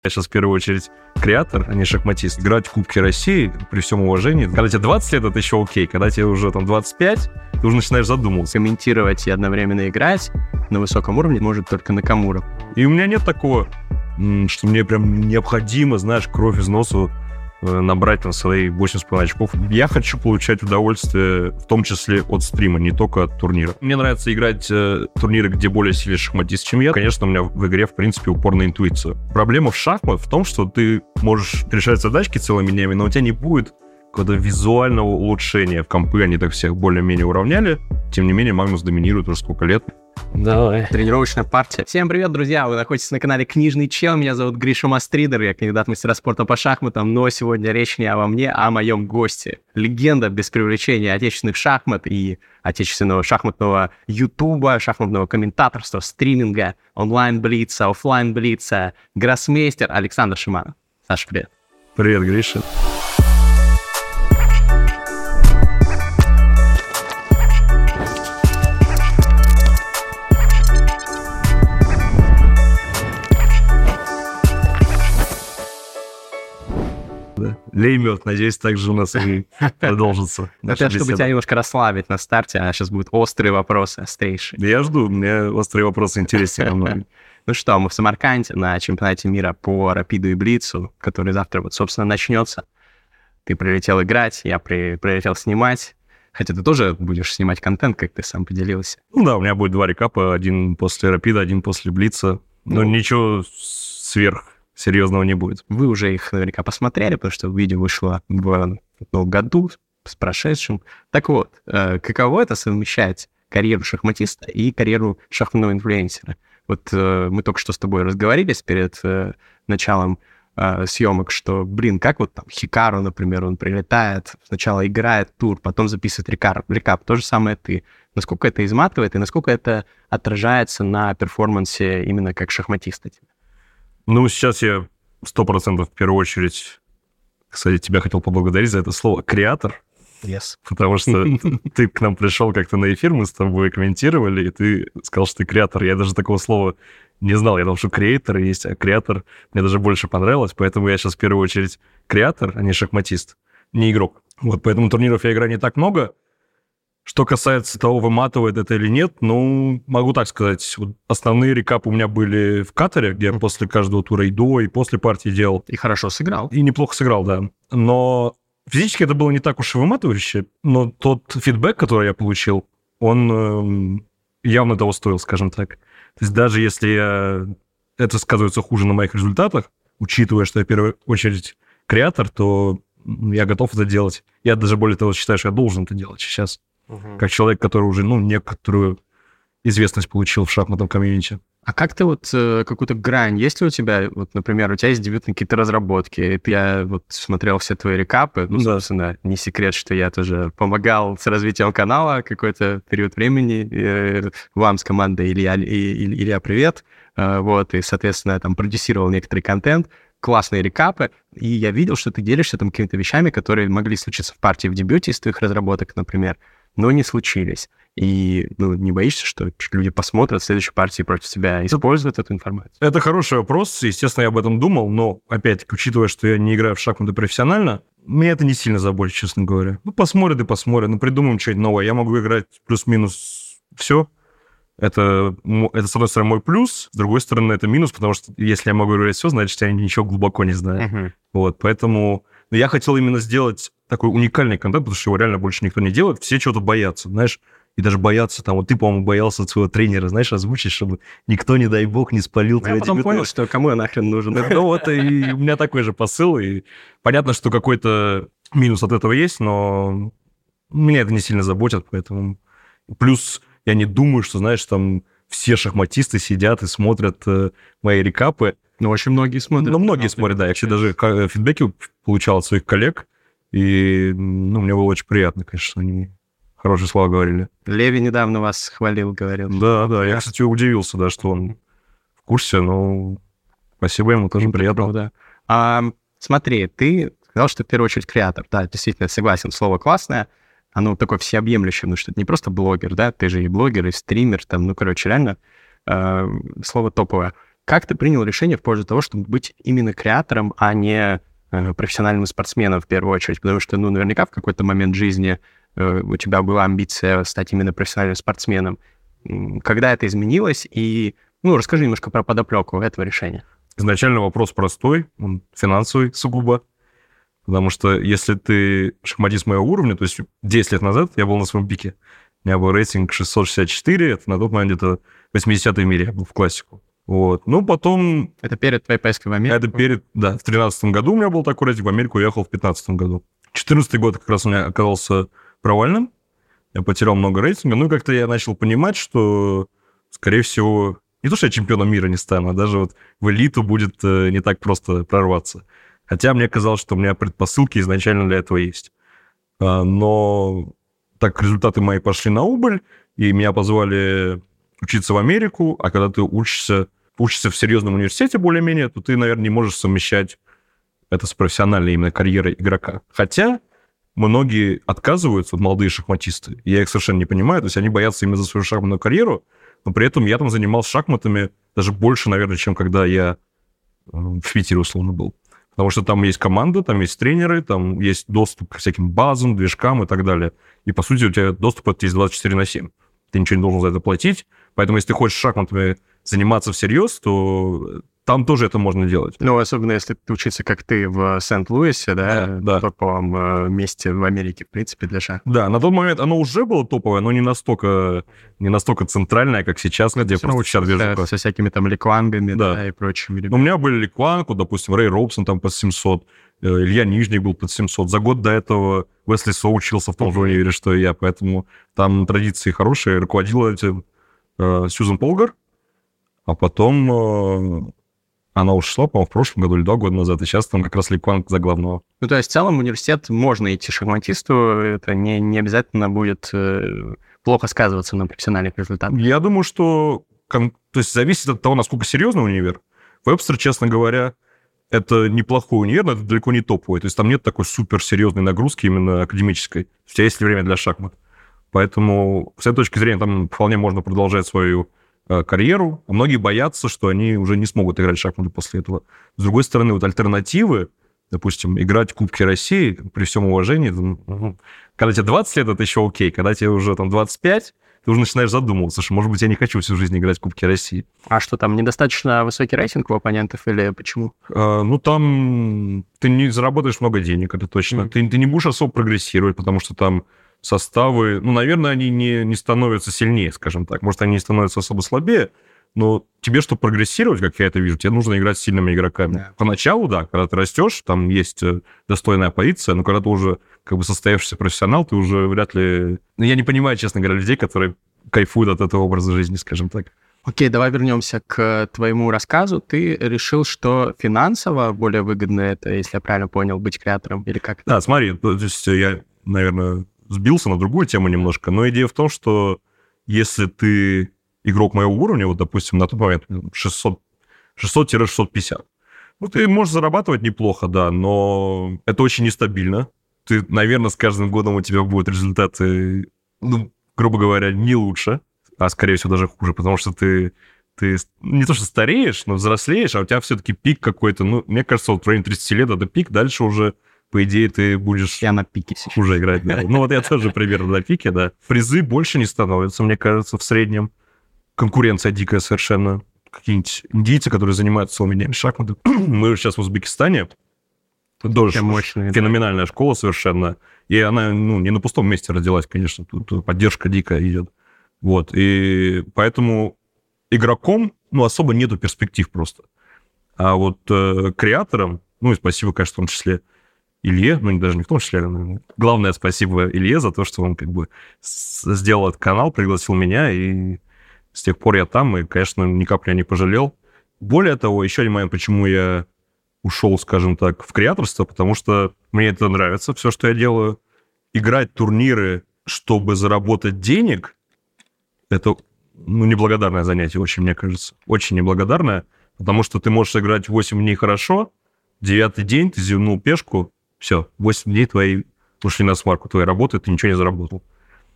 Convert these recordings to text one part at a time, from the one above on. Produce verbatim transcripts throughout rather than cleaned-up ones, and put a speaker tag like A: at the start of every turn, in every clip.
A: Я сейчас в первую очередь креатор, а не шахматист. Играть в Кубке России, при всем уважении, когда тебе двадцать лет, это еще окей. Когда тебе уже там двадцать пять, ты уже начинаешь задумываться.
B: Комментировать и одновременно играть на высоком уровне может только Накамура.
A: И у меня нет такого, что мне прям необходимо, знаешь, кровь из носу набрать там свои восемь с половиной очков. Я хочу получать удовольствие, в том числе от стрима, не только от турнира. Мне нравится играть э, турниры, где более сильный шахматист, чем я. Конечно, у меня в игре, в принципе, упор на интуицию. Проблема в шахмат в том, что ты можешь решать задачки целыми днями, но у тебя не будет какого-то визуального улучшения. В компы они так всех более-менее уравняли. Тем не менее, Магнус доминирует уже сколько лет.
B: Давай. Тренировочная партия. Всем привет, друзья! Вы находитесь на канале Книжный Чел. Меня зовут Гриша Мастридер. Я кандидат в мастера спорта по шахматам. Но сегодня речь не обо мне, а о моем госте. Легенда без привлечения отечественных шахмат и отечественного шахматного ютуба, шахматного комментаторства, стриминга, онлайн-блица, офлайн-блица, гроссмейстер Александр Шиманов. Саша, привет.
A: Привет, Гриша. Лей мед, надеюсь, так же у нас и продолжится.
B: Это чтобы тебя немножко расслабить на старте, а сейчас будут острые вопросы, острейшие.
A: Я жду, мне острые вопросы интереснее.
B: Ну что, мы в Самарканде на чемпионате мира по рапиду и блицу, который завтра вот, собственно, начнется. Ты прилетел играть, я при... прилетел снимать. Хотя ты тоже будешь снимать контент, как ты сам поделился.
A: Ну да, у меня будет два рекапа, один после рапида, один после блица. Но ну, ничего сверх серьезного не будет.
B: Вы уже их наверняка посмотрели, потому что видео вышло в новом году, с прошедшим. Так вот, э, каково это совмещать карьеру шахматиста и карьеру шахматного инфлюенсера? Вот э, мы только что с тобой разговорились перед э, началом э, съемок, что, блин, как вот там Хикару, например, он прилетает, сначала играет тур, потом записывает рекап, рекап. То же самое ты. Насколько это изматывает и насколько это отражается на перформансе именно как шахматиста?
A: Ну, сейчас я сто процентов в первую очередь, кстати, тебя хотел поблагодарить за это слово «креатор».
B: Yes.
A: Потому что ты к нам пришел как-то на эфир, мы с тобой комментировали, и ты сказал, что ты креатор. Я даже такого слова не знал. Я думал, что креатор есть, а креатор мне даже больше понравилось. Поэтому я сейчас в первую очередь креатор, а не шахматист, не игрок. Вот, поэтому турниров я играю не так много. Что касается того, выматывает это или нет, ну, могу так сказать. Вот основные рекапы у меня были в Катаре, где я после каждого тура и до, и после партии делал.
B: И хорошо сыграл.
A: И неплохо сыграл, да. Но... Физически это было не так уж и выматывающе, но тот фидбэк, который я получил, он э, явно того стоил, скажем так. То есть даже если я... это сказывается хуже на моих результатах, учитывая, что я в первую очередь креатор, то я готов это делать. Я даже более того считаю, что я должен это делать сейчас. Угу. Как человек, который уже, ну, некоторую известность получил в шахматном комьюнити.
B: А как ты вот э, какую-то грань, есть ли у тебя, вот, например, у тебя есть дебютные какие-то разработки, я вот смотрел все твои рекапы, ну, да. Собственно, не секрет, что я тоже помогал с развитием канала какой-то период времени, э, вам с командой Илья, и, Илья привет, э, вот, и, соответственно, там продюсировал некоторый контент, классные рекапы, и я видел, что ты делишься там какими-то вещами, которые могли случиться в партии в дебюте из твоих разработок, например, но не случились. И ну, не боишься, что люди посмотрят в следующей партии против тебя и используют эту информацию?
A: Это хороший вопрос. Естественно, я об этом думал, но, опять-таки, учитывая, что я не играю в шахматы профессионально, меня это не сильно заботит, честно говоря. Ну, посмотрят и посмотрят, ну, придумаем что-нибудь новое. Я могу играть плюс-минус все. Это, это, с одной стороны, мой плюс, с другой стороны, это минус, потому что если я могу играть все, значит, я ничего глубоко не знаю. Uh-huh. Вот, поэтому я хотел именно сделать такой уникальный контент, потому что его реально больше никто не делает. Все чего-то боятся, знаешь. И даже боятся, там, вот ты, по-моему, боялся своего тренера, знаешь, озвучить, чтобы никто, не дай бог, не спалил твои
B: дебютные. Я потом понял, что кому я нахрен нужен.
A: Ну вот, и у меня такой же посыл, и понятно, что какой-то минус от этого есть, но меня это не сильно заботит, поэтому... Плюс я не думаю, что, знаешь, там все шахматисты сидят и смотрят э, мои рекапы.
B: Ну, очень многие смотрят.
A: Ну, многие смотрят, да. Я вообще даже фидбэки получал от своих коллег, и, ну, мне было очень приятно, конечно, они... Хорошие слова говорили.
B: Леви недавно вас хвалил, говорил.
A: Да, да. Я, кстати, удивился, да, что он в курсе, но спасибо ему, тоже приятно.
B: Да. А, смотри, ты сказал, что в первую очередь креатор. Да, действительно, согласен, слово классное. Оно такое всеобъемлющее, потому что это не просто блогер, да, ты же и блогер, и стример, там, ну, короче, реально э, слово топовое. Как ты принял решение в пользу того, чтобы быть именно креатором, а не э, профессиональным спортсменом в первую очередь? Потому что, ну, наверняка в какой-то момент жизни э, у тебя была амбиция стать именно профессиональным спортсменом. Когда это изменилось? И, ну, расскажи немножко про подоплеку этого решения.
A: Изначально вопрос простой, он финансовый сугубо. Потому что если ты шахматист моего уровня, то есть десять лет назад я был на своем пике. У меня был рейтинг шестьсот шестьдесят четыре, это на тот момент где-то восьмидесятый в мире, я был в классику. Вот. Ну, потом...
B: Это перед твоей поездкой в Америку?
A: Это перед, да. В тринадцатом году у меня был такой рейтинг, в Америку я ехал в пятнадцатом году. четырнадцатый год как раз у меня оказался провальным. Я потерял много рейтинга. Ну, и как-то я начал понимать, что, скорее всего, не то, что я чемпионом мира не стану, а даже вот в элиту будет не так просто прорваться. Хотя мне казалось, что у меня предпосылки изначально для этого есть. Но так результаты мои пошли на убыль, и меня позвали учиться в Америку, а когда ты учишься, учишься в серьезном университете более-менее, то ты, наверное, не можешь совмещать это с профессиональной именно карьерой игрока. Хотя многие отказываются, вот молодые шахматисты, я их совершенно не понимаю, то есть они боятся именно за свою шахматную карьеру, но при этом я там занимался шахматами даже больше, наверное, чем когда я в Питере условно был. Потому что там есть команда, там есть тренеры, там есть доступ к всяким базам, движкам и так далее. И, по сути, у тебя доступ от есть двадцать четыре на семь. Ты ничего не должен за это платить. Поэтому, если ты хочешь шахматами заниматься всерьез, то там тоже это можно делать.
B: Ну, особенно если ты учиться, как ты, в Сент-Луисе, да,
A: да, да.
B: в топовом месте в Америке, в принципе, для шахмат.
A: Да, на тот момент оно уже было топовое, но не настолько, не настолько центральное, как сейчас, где
B: Все
A: просто вся движуха.
B: Со всякими там ликвангами, да,
A: да,
B: и прочими.
A: У меня были ликвангу, допустим, Рэй Робсон там под семьсот, Илья Нижник был под семьсот. За год до этого Уэсли Со учился в том же универе, что и я, поэтому там традиции хорошие. Руководила этим э, Сьюзен Полгар, а потом... Э, Она ушла, по-моему, в прошлом году или два года назад, и сейчас там как раз ликванг за главного.
B: Ну, то есть в целом в университет можно идти шахматисту, это не, не обязательно будет э, плохо сказываться на профессиональных результатах.
A: Я думаю, что кон... то есть зависит от того, насколько серьезный универ. Вебстер, честно говоря, это неплохой универ, но это далеко не топовый. То есть там нет такой суперсерьезной нагрузки именно академической. У тебя есть время для шахмат. Поэтому с этой точки зрения там вполне можно продолжать свою карьеру, а многие боятся, что они уже не смогут играть в шахматы после этого. С другой стороны, вот альтернативы, допустим, играть в Кубки России, при всем уважении, там, когда тебе двадцать лет, это еще окей, когда тебе уже там двадцать пять, ты уже начинаешь задумываться, что, может быть, я не хочу всю жизнь играть в Кубки России.
B: А что, там недостаточно высокий рейтинг у оппонентов или почему?
A: А, ну, там ты не заработаешь много денег, это точно. Mm-hmm. Ты, ты не будешь особо прогрессировать, потому что там составы, ну, наверное, они не, не становятся сильнее, скажем так. Может, они не становятся особо слабее, но тебе, чтобы прогрессировать, как я это вижу, тебе нужно играть с сильными игроками. Yeah. Поначалу, да, когда ты растешь, там есть достойная позиция, но когда ты уже как бы состоявшийся профессионал, ты уже вряд ли... Ну, я не понимаю, честно говоря, людей, которые кайфуют от этого образа жизни, скажем так.
B: Окей, давай вернемся к твоему рассказу. Ты решил, что финансово более выгодно это, если я правильно понял, быть креатором или как?
A: Да, смотри, то есть я, наверное... сбился на другую тему немножко, но идея в том, что если ты игрок моего уровня, вот, допустим, на тот момент шестьсот шестьсот пятьдесят, ну, ты можешь зарабатывать неплохо, да, но это очень нестабильно. Ты, наверное, с каждым годом у тебя будут результаты, ну, грубо говоря, не лучше, а, скорее всего, даже хуже, потому что ты, ты не то что стареешь, но взрослеешь, а у тебя все-таки пик какой-то, ну, мне кажется, вот в районе тридцати лет это пик, дальше уже... По идее, ты будешь...
B: Я на пике сейчас.
A: Уже играть, да. Ну, вот я тоже примерно на пике, да. Призы больше не становятся, мне кажется, в среднем. Конкуренция дикая совершенно. Какие-нибудь индийцы, которые занимаются целыми днями шахматами. Мы сейчас в Узбекистане. Тоже мощная, феноменальная да. школа совершенно. И она, ну, не на пустом месте родилась, конечно. Тут поддержка дикая идет. Вот. И поэтому игроком, ну, особо нету перспектив просто. А вот э, креаторам, ну, и спасибо, конечно, в том числе Илье, ну, даже не в том числе, наверное. Главное, спасибо Илье за то, что он как бы сделал этот канал, пригласил меня, и с тех пор я там, и, конечно, ни капли я не пожалел. Более того, еще один момент, почему я ушел, скажем так, в креаторство, потому что мне это нравится, все, что я делаю. Играть турниры, чтобы заработать денег, это, ну, неблагодарное занятие очень, мне кажется. Очень неблагодарное, потому что ты можешь играть восемь дней хорошо, девятый день ты зевнул пешку, все, восемь дней твои ушли на смарку твоей работы, ты ничего не заработал.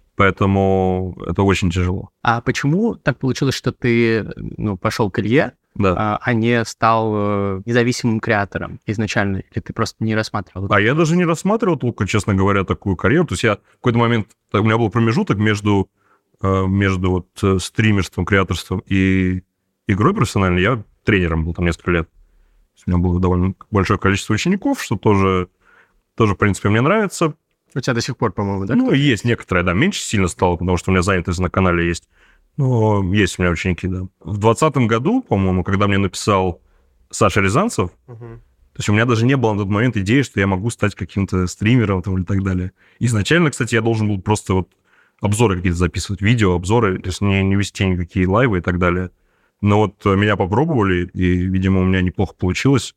A: Поэтому это очень тяжело.
B: А почему так получилось, что ты, ну, пошел к Илье,
A: да.
B: а, а не стал э, независимым креатором изначально? Или ты просто не рассматривал?
A: А я даже не рассматривал только, честно говоря, такую карьеру. То есть я в какой-то момент... У меня был промежуток между, между вот стримерством, креаторством и игрой профессиональной. Я тренером был там несколько лет. У меня было довольно большое количество учеников, что тоже, тоже в принципе, мне нравится.
B: У тебя до сих пор, по-моему, да?
A: Ну, есть некоторые, да. Меньше сильно стало, потому что у меня занятость на канале есть. Но есть у меня ученики, да. В двадцатом году, по-моему, когда мне написал Саша Рязанцев, uh-huh. то есть у меня даже не было на тот момент идеи, что я могу стать каким-то стримером там, или так далее. Изначально, кстати, я должен был просто вот обзоры какие-то записывать, видео, обзоры, то есть не, не вести никакие лайвы и так далее. Но вот меня попробовали, и, видимо, у меня неплохо получилось.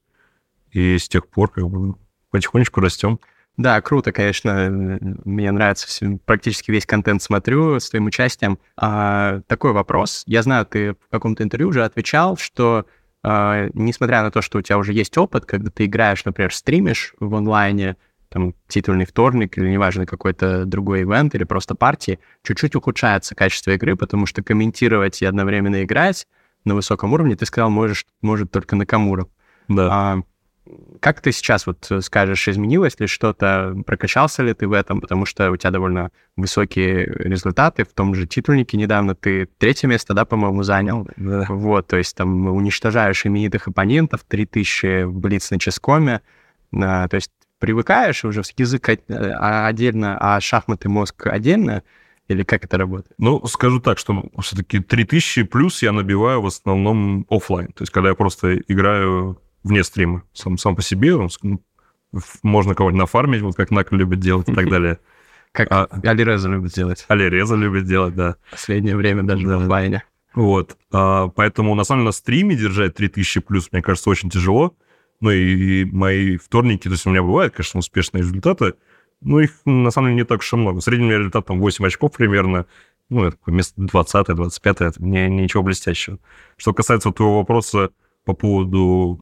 A: И с тех пор как бы потихонечку растем.
B: Да, круто, конечно. Мне нравится все, практически весь контент смотрю с твоим участием. А, такой вопрос. Я знаю, ты в каком-то интервью уже отвечал, что а, несмотря на то, что у тебя уже есть опыт, когда ты играешь, например, стримишь в онлайне, там, титульный вторник или, неважно, какой-то другой ивент или просто партии, чуть-чуть ухудшается качество игры, потому что комментировать и одновременно играть на высоком уровне, ты сказал, можешь, может только Накамура.
A: Да.
B: А, как ты сейчас вот скажешь, изменилось ли что-то, прокачался ли ты в этом, потому что у тебя довольно высокие результаты, в том же титульнике недавно ты третье место, да, по-моему, занял.
A: Да.
B: Вот, то есть там уничтожаешь именитых оппонентов, три тысячи в блиц на ческоме, а, то есть привыкаешь уже, язык отдельно, а шахматы, мозг отдельно, или как это работает?
A: Ну, скажу так, что все-таки три тысячи плюс я набиваю в основном офлайн, то есть когда я просто играю вне стрима, сам, сам по себе, ну, можно кого-нибудь нафармить, вот как Нака любит делать и так далее.
B: Как а, Алиреза любит делать.
A: Алиреза любит делать, да.
B: Последнее время даже
A: да.
B: в офлайне.
A: Вот, а, поэтому на самом деле на стриме держать три тысячи плюс, мне кажется, очень тяжело. Ну и, и мои вторники, то есть у меня бывают, конечно, успешные результаты, но их на самом деле не так уж и много. В среднем у меня результат там восемь очков примерно, ну, это место двадцатое, двадцать пятое, это не, ничего блестящего. Что касается вот твоего вопроса по поводу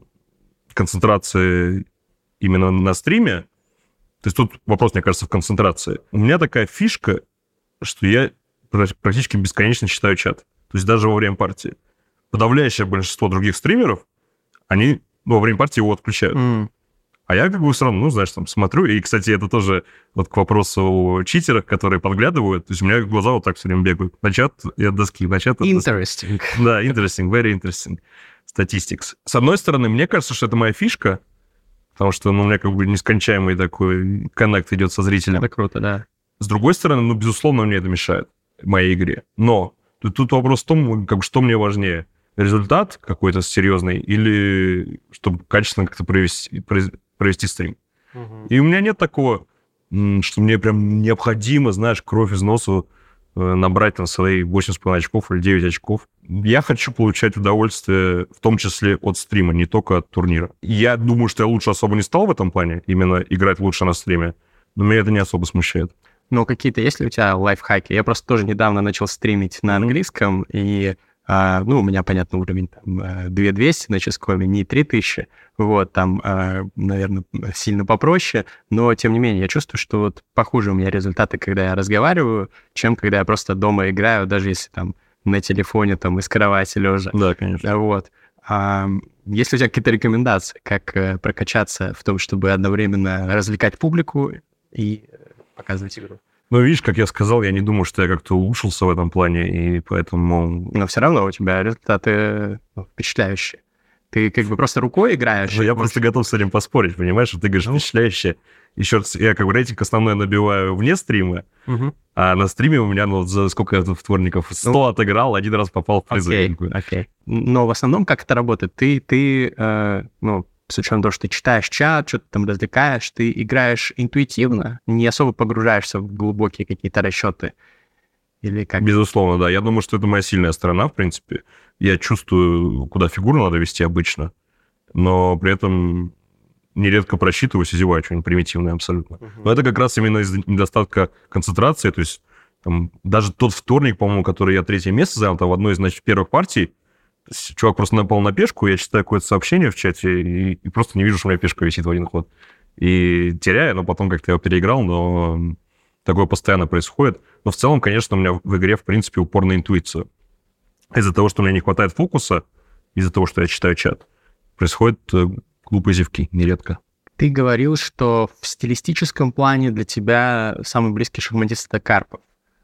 A: концентрации именно на стриме, то есть тут вопрос, мне кажется, в концентрации. У меня такая фишка, что я практически бесконечно читаю чат. То есть даже во время партии. Подавляющее большинство других стримеров, они ну, во время партии его отключают. Mm. А я как бы все равно, ну, знаешь, там смотрю. И, кстати, это тоже вот к вопросу о читерах, которые подглядывают. То есть у меня глаза вот так все время бегают. На чат и от доски, на чат от доски.
B: Interesting.
A: Да, interesting, very interesting. Statistics. С одной стороны, мне кажется, что это моя фишка, потому что ну, у меня как бы нескончаемый такой коннект идет со зрителем.
B: Это круто, да.
A: С другой стороны, ну, безусловно, мне это мешает в моей игре. Но тут, тут вопрос в том, как бы, что мне важнее. Результат какой-то серьезный или чтобы качественно как-то провести, провести стрим. Угу. И у меня нет такого, что мне прям необходимо, знаешь, кровь из носу набрать там свои восемь с половиной очков или девять очков. Я хочу получать удовольствие, в том числе от стрима, не только от турнира. Я думаю, что я лучше особо не стал в этом плане, именно играть лучше на стриме, но меня это не особо смущает.
B: Ну, какие-то есть ли у тебя лайфхаки? Я просто тоже недавно начал стримить на английском, и, а, ну, у меня, понятно, уровень там две тысячи двести на ческоме, не три тысячи, вот, там, а, наверное, сильно попроще, но, тем не менее, я чувствую, что вот похуже у меня результаты, когда я разговариваю, чем когда я просто дома играю, даже если там на телефоне, там, из кровати лежа.
A: Да, конечно.
B: Вот. А, есть ли у тебя какие-то рекомендации, как э, прокачаться в том, чтобы одновременно развлекать публику и показывать игру?
A: Ну, видишь, как я сказал, я не думаю, что я как-то улучшился в этом плане, и поэтому...
B: Но все равно у тебя результаты ну, впечатляющие. Ты как бы просто рукой играешь.
A: Ну, я можешь... просто готов с этим поспорить, понимаешь? Что ты говоришь, ну... впечатляющее. Еще раз, я как бы рейтинг основной набиваю вне стрима, угу. а на стриме у меня, ну, за сколько я тут вторников, сто ну... отыграл, один раз попал в призы.
B: Окей, окей. Но в основном как это работает? Ты, ты э, ну... с учетом того, что ты читаешь чат, что-то там развлекаешь, ты играешь интуитивно, не особо погружаешься в глубокие какие-то расчеты. Или как?
A: Безусловно, да. Я думаю, что это моя сильная сторона, в принципе. Я чувствую, куда фигуру надо вести обычно, но при этом нередко просчитываюсь и зеваю что-нибудь примитивное абсолютно. Uh-huh. Но это как раз именно из-за недостатка концентрации. То есть там, даже тот вторник, по-моему, который я третье место занял, там в одной из, значит, первых партий, чувак просто напал на пешку, я читаю какое-то сообщение в чате и, и просто не вижу, что у меня пешка висит в один ход. И теряю, но потом как-то я его переиграл, но такое постоянно происходит. Но в целом, конечно, у меня в игре, в принципе, упор на интуицию. Из-за того, что у меня не хватает фокуса, из-за того, что я читаю чат, происходят глупые зевки нередко.
B: Ты говорил, что в стилистическом плане для тебя самый близкий шахматист — это Карпов.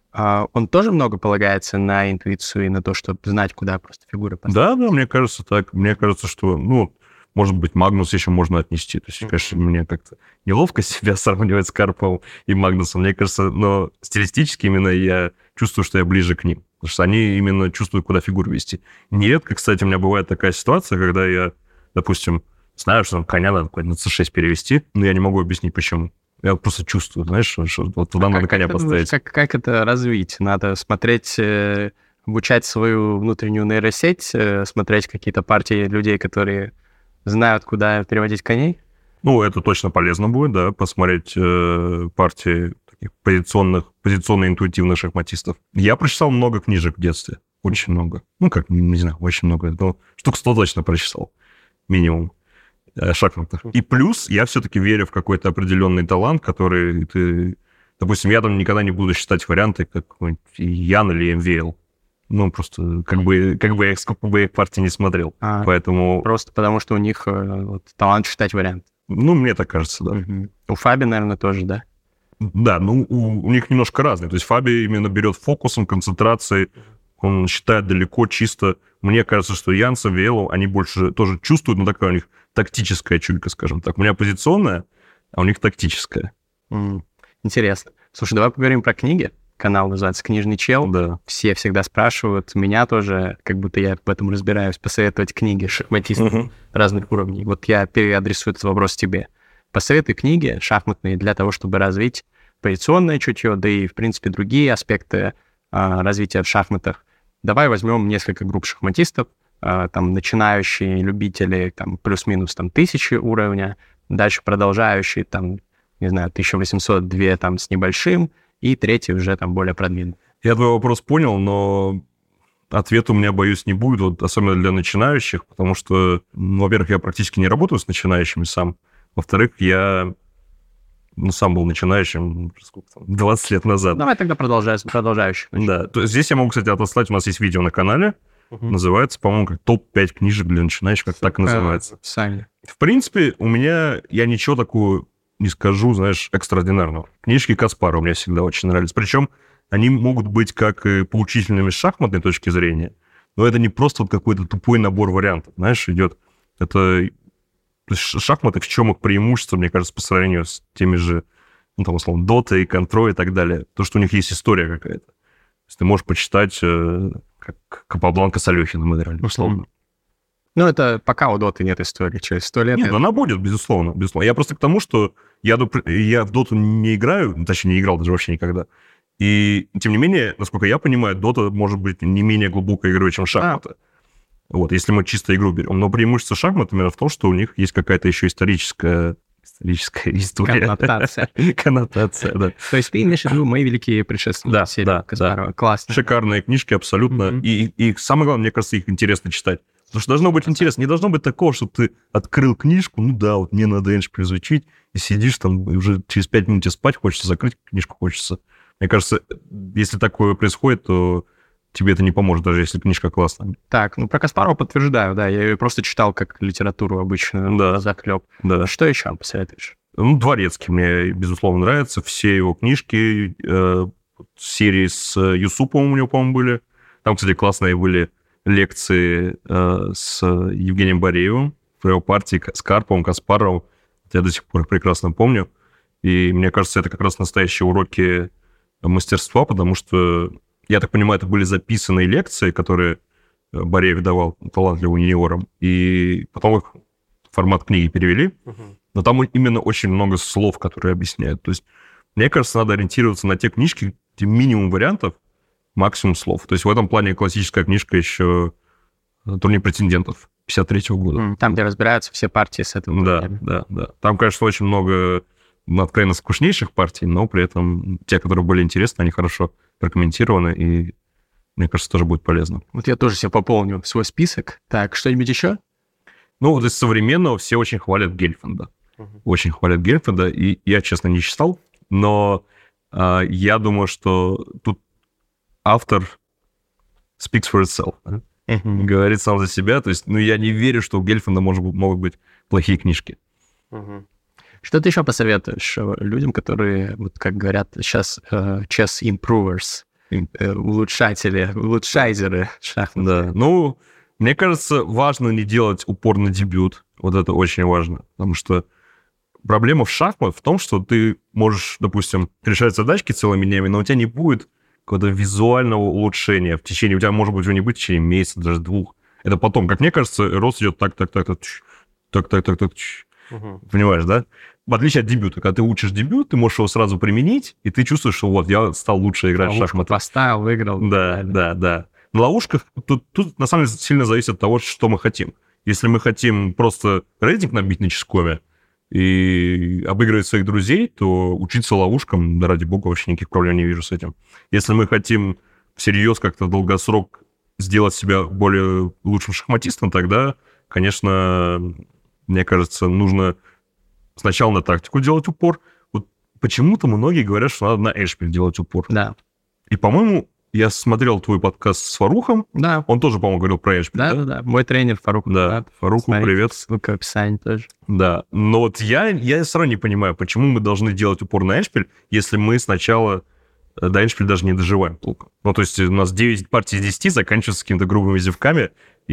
B: А он тоже много полагается на интуицию и на то, чтобы знать, куда просто фигуры поставить?
A: Да, да, мне кажется так. Мне кажется, что, ну, может быть, Магнус еще можно отнести. То есть, mm-hmm. конечно, мне как-то неловко себя сравнивать с Карповым и Магнусом. Мне кажется, но стилистически именно я чувствую, что я ближе к ним. Потому что они именно чувствуют, куда фигуру вести. Нередко, кстати, у меня бывает такая ситуация, когда я, допустим, знаю, что коня надо на цэ шесть перевести, но я не могу объяснить, почему. Я просто чувствую, знаешь, что, что вот туда а надо
B: как,
A: коня
B: как
A: поставить.
B: Как, как это развить? Надо смотреть, э, обучать свою внутреннюю нейросеть, э, смотреть какие-то партии людей, которые знают, куда переводить коней?
A: Ну, это точно полезно будет, да, посмотреть э, партии таких позиционных, позиционно-интуитивных шахматистов. Я прочитал много книжек в детстве, очень много. Ну, как, не знаю, очень много. Но штук сто точно прочитал, минимум. Шахматных. И плюс я все-таки верю в какой-то определенный талант, который ты... Допустим, я там никогда не буду считать варианты, как какой-нибудь Ян или эм ви эл. Ну, просто как бы, как бы я сколько бы я их партий не смотрел. А, поэтому...
B: Просто потому, что у них вот, талант считать варианты.
A: Ну, мне так кажется, да.
B: Угу. У Фаби, наверное, тоже, да?
A: Да, ну, у, у них немножко разные. То есть Фаби именно берет фокусом, концентрацией, он считает далеко, чисто. Мне кажется, что Ян с эм ви эл, они больше тоже чувствуют, но такая у них тактическая чуйка, скажем так. У меня позиционная, а у них тактическая.
B: Mm, интересно. Слушай, давай поговорим про книги. Канал называется «Книжный чел».
A: Да.
B: Все всегда спрашивают, меня тоже, как будто я в этом разбираюсь, посоветовать книги шахматистов uh-huh. разных уровней. Вот я переадресую этот вопрос тебе. Посоветуй книги шахматные для того, чтобы развить позиционное чутье, да и, в принципе, другие аспекты а, развития в шахматах. Давай возьмем несколько групп шахматистов, там, начинающие любители, там, плюс-минус, там, тысячи уровня, дальше продолжающие, там, не знаю, тысяча восемьсот два, там, с небольшим, и третий уже, там, более продвинутый.
A: Я твой вопрос понял, но ответа у меня, боюсь, не будет, вот, особенно для начинающих, потому что, ну, во-первых, я практически не работаю с начинающими сам, во-вторых, я, ну, сам был начинающим, сколько там, двадцать лет назад.
B: Давай тогда продолжай, продолжающих.
A: Да, то есть здесь я могу, кстати, отослать, у нас есть видео на канале, Uh-huh. называется, по-моему, как топ пять книжек для начинающих, как так и называется.
B: Сами.
A: В принципе, у меня, я ничего такого не скажу, знаешь, экстраординарного. Книжки Каспарова мне всегда очень нравились. Причем они могут быть как и поучительными с шахматной точки зрения, но это не просто вот какой-то тупой набор вариантов, знаешь, идет. Это шахматы, в чем их преимущество, мне кажется, по сравнению с теми же, ну, там, условно, Дота и Контрой и так далее. То, что у них есть история какая-то. То есть ты можешь почитать... как Капабланка с Алехиным играли, условно.
B: Ну, это пока у Доты нет истории, через сто лет...
A: Нет,
B: это...
A: она будет, безусловно, безусловно. Я просто к тому, что я, я в Доту не играю, точнее, не играл даже вообще никогда. И, тем не менее, насколько я понимаю, Дота может быть не менее глубокой игрой, чем шахматы. А. Вот, если мы чисто игру берем. Но преимущество шахмат именно в том, что у них есть какая-то еще историческая... Историческая история.
B: Коннотация.
A: Коннотация, да.
B: То есть ты имеешь в виду «Мои великие предшественники»?
A: Да, серии да,
B: Каспарова.
A: Да.
B: Классно.
A: Шикарные книжки, абсолютно. Mm-hmm. И, и, и самое главное, мне кажется, их интересно читать. Потому что должно быть интересно. Не должно быть такого, чтобы ты открыл книжку, ну да, вот мне надо эншпиль изучить, и сидишь там, и уже через пять минут тебе спать хочется, закрыть книжку хочется. Мне кажется, если такое происходит, то тебе это не поможет, даже если книжка классная.
B: Так, ну про Каспарова подтверждаю, да. Я ее просто читал как литературу обычную,
A: да.
B: заклеп.
A: Да.
B: Что еще посоветуешь?
A: Ну, Дворецкий мне, безусловно, нравится. Все его книжки, э, серии с Юсуповым у него, по-моему, были. Там, кстати, классные были лекции э, с Евгением Бореевым про его партии, с Карповым, Каспаровым. Я до сих пор прекрасно помню. И мне кажется, это как раз настоящие уроки мастерства, потому что, я так понимаю, это были записанные лекции, которые Бореев давал талантливым юниорам. И потом их в формат книги перевели. Uh-huh. Но там именно очень много слов, которые объясняют. То есть, мне кажется, надо ориентироваться на те книжки, где минимум вариантов, максимум слов. То есть в этом плане классическая книжка еще «Турнир претендентов» пятьдесят третьего года.
B: Там, где разбираются все партии с этого
A: да,
B: времени.
A: Да, да. Там, конечно, очень много откровенно скучнейших партий, но при этом те, которые были интересны, они хорошо прокомментированы, и, мне кажется, тоже будет полезно.
B: Вот я тоже себе пополню свой список. Так, что-нибудь еще?
A: Ну, вот из современного все очень хвалят Гельфанда. Uh-huh. Очень хвалят Гельфанда, и я, честно, не читал, но э, я думаю, что тут автор speaks for itself. Да?
B: Uh-huh.
A: Говорит сам за себя. То есть, ну, я не верю, что у Гельфанда может, могут быть плохие книжки.
B: Uh-huh. Что ты еще посоветуешь людям, которые, вот как говорят сейчас, uh, chess improvers, uh, улучшатели, улучшайзеры шахмат?
A: Да, ну, мне кажется, важно не делать упор на дебют. Вот это очень важно. Потому что проблема в шахмат в том, что ты можешь, допустим, решать задачки целыми днями, но у тебя не будет какого-то визуального улучшения в течение... У тебя, может быть, его не будет в течение месяца, даже двух. Это потом, как мне кажется, рост идет так, так, так, так, так, так, так, так. Угу. Понимаешь, да? В отличие от дебюта. Когда ты учишь дебют, ты можешь его сразу применить, и ты чувствуешь, что вот, я стал лучше играть в шахматы.
B: Поставил, выиграл.
A: Да, да, да. На ловушках тут, тут, на самом деле, сильно зависит от того, что мы хотим. Если мы хотим просто рейтинг набить на ческоме и обыгрывать своих друзей, то учиться ловушкам, да ради бога, вообще никаких проблем не вижу с этим. Если мы хотим всерьез как-то долгосрок сделать себя более лучшим шахматистом, тогда, конечно, мне кажется, нужно сначала на тактику делать упор. Вот почему-то многие говорят, что надо на эндшпиль делать упор.
B: Да.
A: И, по-моему, я смотрел твой подкаст с Фарухом.
B: Да.
A: Он тоже, по-моему, говорил про эндшпиль.
B: Да, да, да. Мой тренер Фарух.
A: Да, да. Фаруху
B: Смотрите,
A: привет.
B: Ссылка в описании тоже.
A: Да. Но вот я, я все равно не понимаю, почему мы должны делать упор на эндшпиль, если мы сначала до эндшпиль даже не доживаем толком. Ну, то есть у нас девять партий из десяти заканчиваются какими-то грубыми зевками,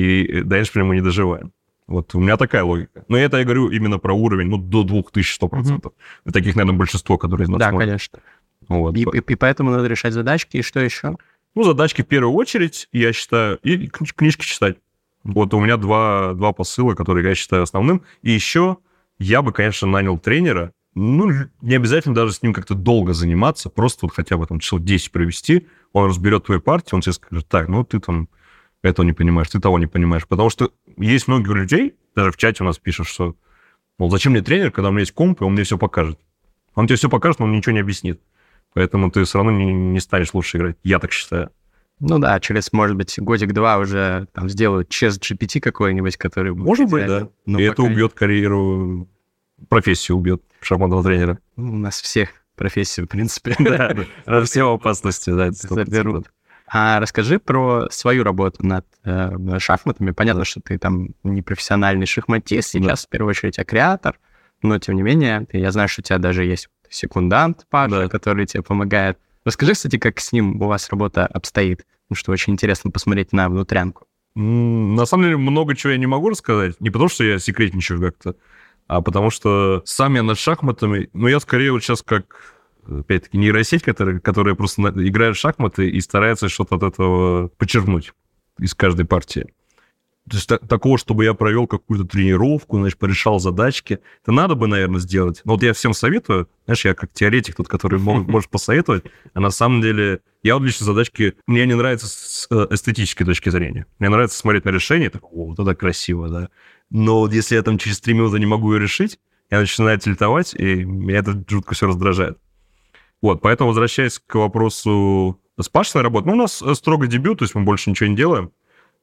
A: и до эндшпиля мы не доживаем. Вот у меня такая логика. Но это я говорю именно про уровень, ну, до двух тысяч сто процентов. Mm-hmm. Таких, наверное, большинство, которые из нас
B: Да,
A: смотрят.
B: конечно.
A: Вот.
B: И, и, и поэтому надо решать задачки. И что еще?
A: Ну, задачки в первую очередь, я считаю, и книжки читать. Вот у меня два, два посыла, которые я считаю основным. И еще я бы, конечно, нанял тренера. Ну, не обязательно даже с ним как-то долго заниматься, просто вот хотя бы там часов десять провести. Он разберет твою партию, он тебе скажет, так, ну, ты там этого не понимаешь, ты того не понимаешь. Потому что есть много людей, даже в чате у нас пишут, что, мол, зачем мне тренер, когда у меня есть комп, и он мне все покажет. Он тебе все покажет, но он ничего не объяснит. Поэтому ты все равно не, не станешь лучше играть. Я так считаю.
B: Ну да, через, может быть, годик-два уже там сделают чес джи пи ти какой-нибудь, который...
A: Может быть, да. Но и это убьет карьеру, профессию убьет шахматного тренера.
B: У нас всех профессий, в принципе.
A: Да, все опасности, да.
B: Заберут. А расскажи про свою работу над э, шахматами. Понятно, что ты там не профессиональный шахматист, сейчас, да. в первую очередь, а креатор, но, тем не менее, я знаю, что у тебя даже есть секундант, Паша, да. который тебе помогает. Расскажи, кстати, как с ним у вас работа обстоит, потому что очень интересно посмотреть на внутрянку.
A: Mm, на самом деле, много чего я не могу рассказать, не потому что я секретничаю как-то, а потому что сам я над шахматами, ну, я скорее вот сейчас как... опять-таки, нейросеть, которая, которая просто играет в шахматы и старается что-то от этого почерпнуть из каждой партии. То есть так, такого, чтобы я провел какую-то тренировку, значит, порешал задачки, это надо бы, наверное, сделать. Но вот я всем советую, знаешь, я как теоретик тот, который мог, может посоветовать, а на самом деле я вот лично задачки, мне не нравится с эстетической точки зрения. Мне нравится смотреть на решение, так, о, вот это красиво, да. Но вот если я там через три минуты не могу ее решить, я начинаю тильтовать, и меня это жутко все раздражает. Вот, поэтому, возвращаясь к вопросу с Пашиной работы, ну, у нас строго дебют, то есть мы больше ничего не делаем.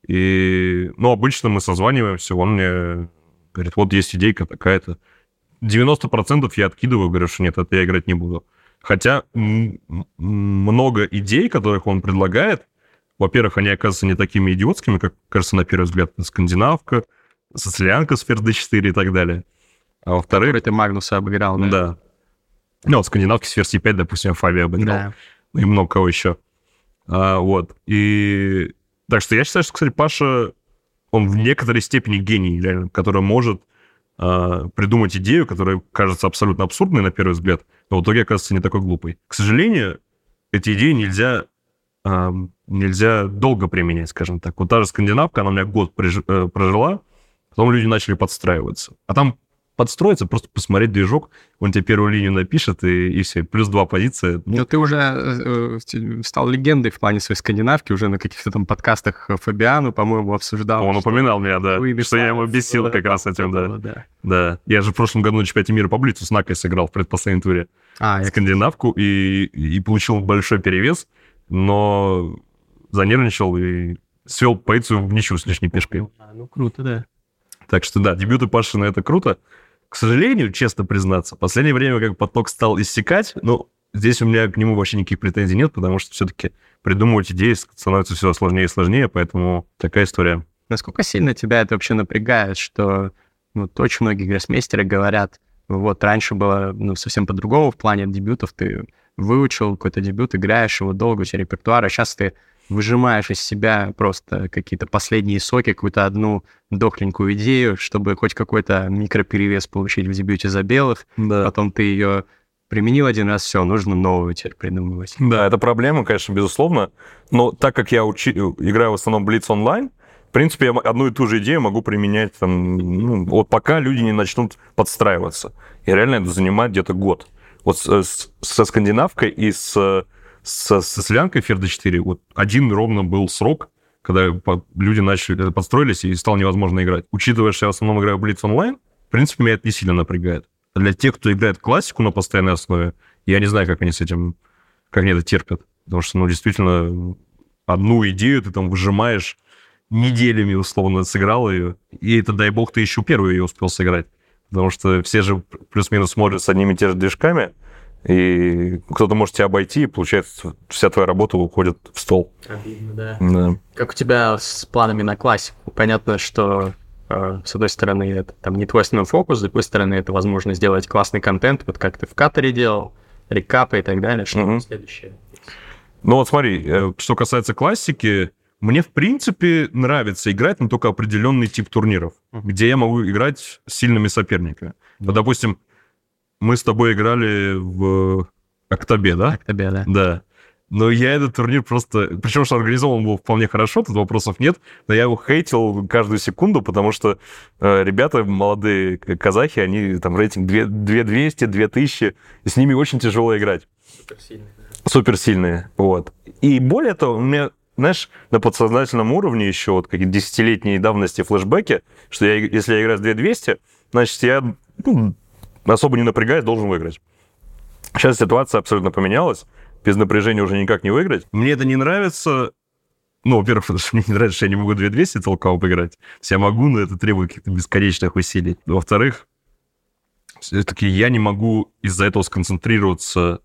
A: И, ну, обычно мы созваниваемся, он мне говорит, вот есть идейка такая-то. девяносто процентов я откидываю, говорю, что нет, это я играть не буду. Хотя м- много идей, которых он предлагает, во-первых, они оказываются не такими идиотскими, как кажется на первый взгляд, скандинавка, соцлянка с ферзь дэ четыре и так далее. А во-вторых...
B: Который ты Магнуса обыграл, да?
A: Да. Ну, вот скандинавки с ферзь и пять, допустим, Фаби обыграл. Да. И много кого еще. А, вот. И... Так что я считаю, что, кстати, Паша, он в некоторой степени гений, реально, который может а, придумать идею, которая кажется абсолютно абсурдной на первый взгляд, но в итоге оказывается не такой глупой. К сожалению, эти идеи нельзя, а, нельзя долго применять, скажем так. Вот та же скандинавка, она у меня год приж- прожила, потом люди начали подстраиваться. А там подстроиться, просто посмотреть движок, он тебе первую линию напишет, и, и все, плюс два позиции.
B: Ну, ты уже э, стал легендой в плане своей скандинавки, уже на каких-то там подкастах Фабиану, по-моему, обсуждал.
A: Он упоминал меня, да, что я его бесил да, как да, раз этим, да. да. Да, я же в прошлом году на чемпионате мира по блицу с Накой сыграл в предпоследнем туре а, скандинавку и, и получил большой перевес, но занервничал и свел позицию в ничью с лишней пешкой.
B: А, ну, круто, да.
A: Так что, да, дебюты Пашина — это круто. К сожалению, честно признаться, в последнее время как поток стал иссякать. Ну, здесь у меня к нему вообще никаких претензий нет, потому что все-таки придумывать идеи становится все сложнее и сложнее, поэтому такая история.
B: Насколько сильно тебя это вообще напрягает, что ну, очень многие гроссмейстеры говорят, вот раньше было ну, совсем по-другому в плане дебютов, ты выучил какой-то дебют, играешь его долго, у тебя репертуар, а сейчас ты выжимаешь из себя просто какие-то последние соки, какую-то одну дохленькую идею, чтобы хоть какой-то микроперевес получить в дебюте за белых,
A: Да.
B: Потом ты ее применил один раз, все, нужно новую теперь придумывать.
A: Да, это проблема, конечно, безусловно, но так как я учи... играю в основном Blitz онлайн, в принципе, я одну и ту же идею могу применять там, ну, вот пока люди не начнут подстраиваться. И реально это занимает где-то год. Вот с, с, со скандинавкой и с, с, со слянкой Ферда четыре вот один ровно был срок, когда люди начали, подстроились, и стало невозможно играть. Учитывая, что я в основном играю в Blitz онлайн, в принципе, меня это не сильно напрягает. А для тех, кто играет в классику на постоянной основе, я не знаю, как они с этим, как они это терпят. Потому что, ну, действительно, одну идею ты там выжимаешь неделями, условно, сыграл ее, и это, дай бог, ты еще первую ее успел сыграть. Потому что все же плюс-минус смотрят с одними и теми же движками, и кто-то может тебя обойти, и, получается, вся твоя работа уходит в стол.
B: Обидно, да.
A: Да.
B: Как у тебя с планами на классику? Понятно, что э, с одной стороны это там не твой основной фокус, с другой стороны это возможность сделать классный контент, вот как ты в Катаре делал, рекапы и так далее. Что
A: Угу.
B: следующее?
A: Ну вот смотри, что касается классики, мне, в принципе, нравится играть, но только определенный тип турниров, uh-huh. где я могу играть с сильными соперниками. Uh-huh. Вот, допустим, мы с тобой играли в Октабе, да?
B: Октабе, да.
A: Да. Но я этот турнир просто... Причем, что организован был вполне хорошо, тут вопросов нет, но я его хейтил каждую секунду, потому что э, ребята, молодые казахи, они там рейтинг две двести, две тысячи, и с ними очень тяжело играть.
B: Суперсильные.
A: Суперсильные, вот. И более того, у меня... Знаешь, на подсознательном уровне еще вот какие-то десятилетней давности флешбеки, что я, если я играю с две двести, значит, я ну, особо не напрягаясь должен выиграть. Сейчас ситуация абсолютно поменялась, без напряжения уже никак не выиграть. Мне это не нравится, ну, во-первых, потому что мне не нравится, что я не могу две двести толком поиграть. Я могу, но это требует каких-то бесконечных усилий. Во-вторых, все-таки я не могу из-за этого сконцентрироваться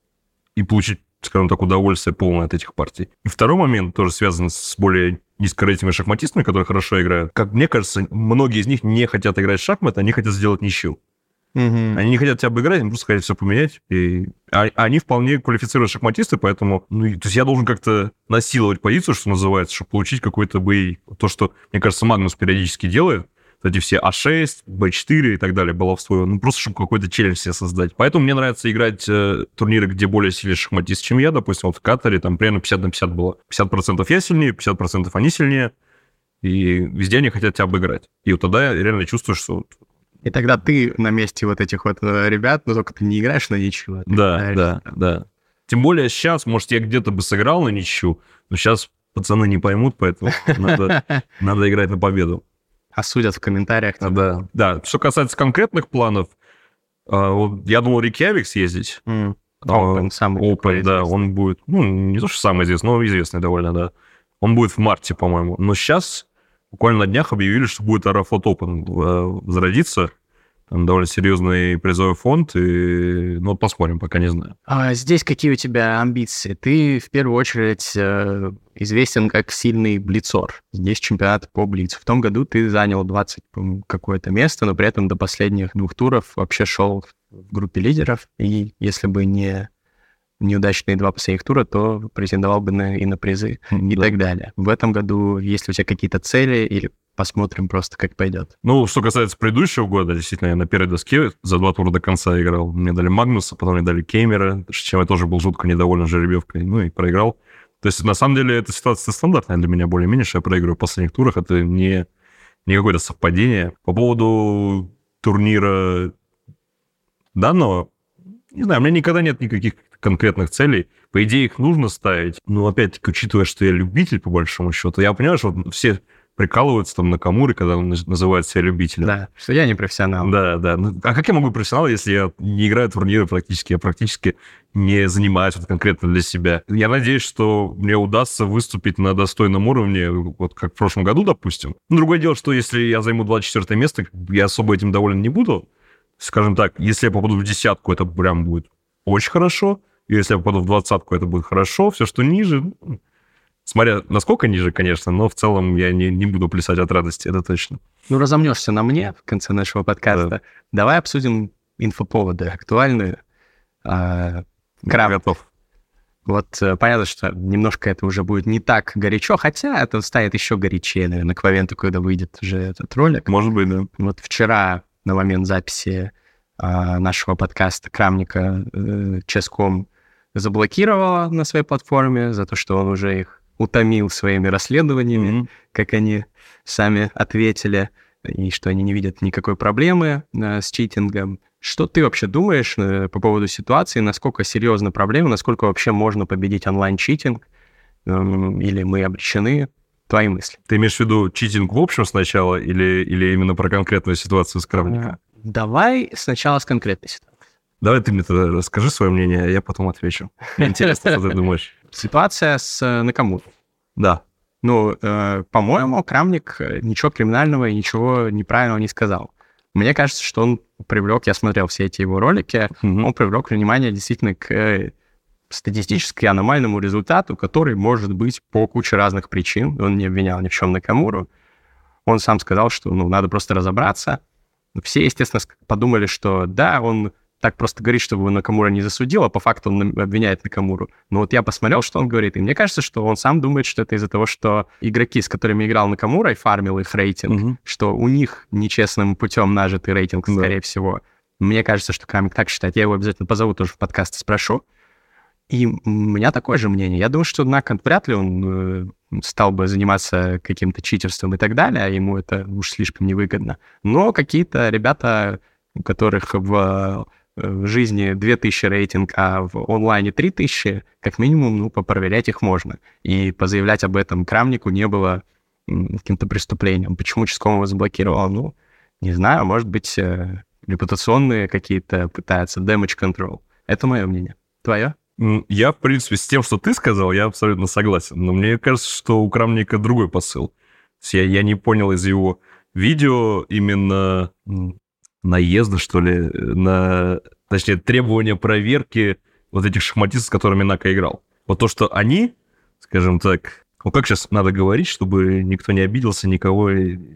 A: и получить, скажем так, удовольствие полное от этих партий. И второй момент, тоже связан с более низкорейтинговыми шахматистами, которые хорошо играют. Как мне кажется, многие из них не хотят играть в шахматы, они хотят сделать ничью. Mm-hmm. Они не хотят тебя обыграть, они просто хотят все поменять. И... А они вполне квалифицированные шахматисты, поэтому ну, то есть я должен как-то насиловать позицию, что называется, чтобы получить какой-то бой. То, что, мне кажется, Магнус периодически делает. Эти все а шесть, бэ четыре и так далее, баловство. Ну, просто, чтобы какой-то челлендж себе создать. Поэтому мне нравится играть э, турниры, где более сильный шахматист, чем я. Допустим, вот в Катаре там примерно пятьдесят на пятьдесят было. пятьдесят процентов я сильнее, пятьдесят процентов они сильнее. И везде они хотят тебя обыграть. И вот тогда я реально чувствую, что...
B: И тогда ты на месте вот этих вот ребят, но только ты не играешь на ничью.
A: Да, да, там. да. Тем более сейчас, может, я где-то бы сыграл на ничью, но сейчас пацаны не поймут, поэтому надо играть на победу.
B: Осудят в комментариях.
A: А, да, да. Что касается конкретных планов, я думал Рейкьявик съездить.
B: Mm. Open, самый
A: Open, да, он будет, ну, не то, что самый известный, но известный довольно, да. Он будет в марте, по-моему. Но сейчас, буквально на днях, объявили, что будет Аэрофлот Open возродиться. Там довольно серьезный призовой фонд, и, ну, посмотрим, пока не знаю.
B: А здесь какие у тебя амбиции? Ты, в первую очередь, э, известен как сильный блицор. Здесь чемпионат по блицу. В том году ты занял двадцать какое-то место, но при этом до последних двух туров вообще шел в группе лидеров. И если бы не неудачные два последних тура, то претендовал бы на, и на призы, и так далее. В этом году есть ли у тебя какие-то цели или... Посмотрим просто, как пойдет.
A: Ну, что касается предыдущего года, действительно, я на первой доске за два тура до конца играл. Мне дали Магнуса, потом мне дали Кеймера, чем я тоже был жутко недоволен жеребьевкой, ну и проиграл. То есть, на самом деле, эта ситуация стандартная для меня более-менее, что я проигрываю в последних турах. Это не, не какое-то совпадение. По поводу турнира данного, не знаю, у меня никогда нет никаких конкретных целей. По идее, их нужно ставить. Но, опять-таки, учитывая, что я любитель, по большому счету, я понимаю, что вот все... прикалываются там на Камуре, когда он называет себя любителем.
B: Да, что я не профессионал.
A: Да, да. Ну, а как я могу быть профессионал, если я не играю в турниры практически, я практически не занимаюсь вот конкретно для себя? Я надеюсь, что мне удастся выступить на достойном уровне, вот как в прошлом году, допустим. Но другое дело, что если я займу двадцать четвёртое место, я особо этим доволен не буду. Скажем так, если я попаду в десятку, это прям будет очень хорошо. И если я попаду в двадцатку, это будет хорошо. Все, что ниже... Смотря насколько ниже, конечно, но в целом я не, не буду плясать от радости, это точно.
B: Ну, разомнешься на мне в конце нашего подкаста. Да. Давай обсудим инфоповоды актуальные. А,
A: Крам. Готов.
B: Вот понятно, что немножко это уже будет не так горячо, хотя это станет еще горячее, наверное, к моменту, когда выйдет уже этот ролик.
A: Может быть, да.
B: Вот вчера, на момент записи а, нашего подкаста, Крамника э, Ческом заблокировала на своей платформе за то, что он уже их утомил своими расследованиями, mm-hmm. как они сами ответили, и что они не видят никакой проблемы э, с читингом. Что ты вообще думаешь э, по поводу ситуации, насколько серьезна проблема, насколько вообще можно победить онлайн-читинг, э, или мы обречены? Твои мысли.
A: Ты имеешь в виду читинг в общем сначала, или, или именно про конкретную ситуацию с Крамником?
B: Давай сначала с конкретной ситуации.
A: Давай ты мне тогда расскажи свое мнение, а я потом отвечу. Интересно, что ты думаешь.
B: Ситуация с Накамуро.
A: Да.
B: Ну, э, по-моему, Крамник ничего криминального и ничего неправильного не сказал. Мне кажется, что он привлек, я смотрел все эти его ролики, mm-hmm. он привлек внимание действительно к статистически аномальному результату, который может быть по куче разных причин. Он не обвинял ни в чем Накамуру. Он сам сказал, что ну, надо просто разобраться. Все, естественно, подумали, что да, он так просто говорит, чтобы Накамура не засудил, а по факту он обвиняет Накамуру. Но вот я посмотрел, что он говорит, и мне кажется, что он сам думает, что это из-за того, что игроки, с которыми играл Накамура и фармил их рейтинг, угу. что у них нечестным путем нажитый рейтинг, да. скорее всего. Мне кажется, что Крамник так считает. Я его обязательно позову тоже в подкаст и спрошу. И у меня такое же мнение. Я думаю, что Накант вряд ли он э, стал бы заниматься каким-то читерством и так далее, а ему это уж слишком невыгодно. Но какие-то ребята, у которых в... в жизни две тысячи рейтинг, а в онлайне три тысячи, как минимум, ну, попроверять их можно. И позаявлять об этом Крамнику не было каким-то преступлением. Почему Ческом его заблокировал? Ну, не знаю, может быть, репутационные какие-то пытаются, damage control. Это мое мнение. Твое?
A: Я, в принципе, с тем, что ты сказал, я абсолютно согласен. Но мне кажется, что у Крамника другой посыл. То есть я, я не понял из его видео именно... наезда, что ли, на, точнее, требования проверки вот этих шахматистов, с которыми Нака играл. Вот то, что они, скажем так, ну как сейчас надо говорить, чтобы никто не обиделся, никого,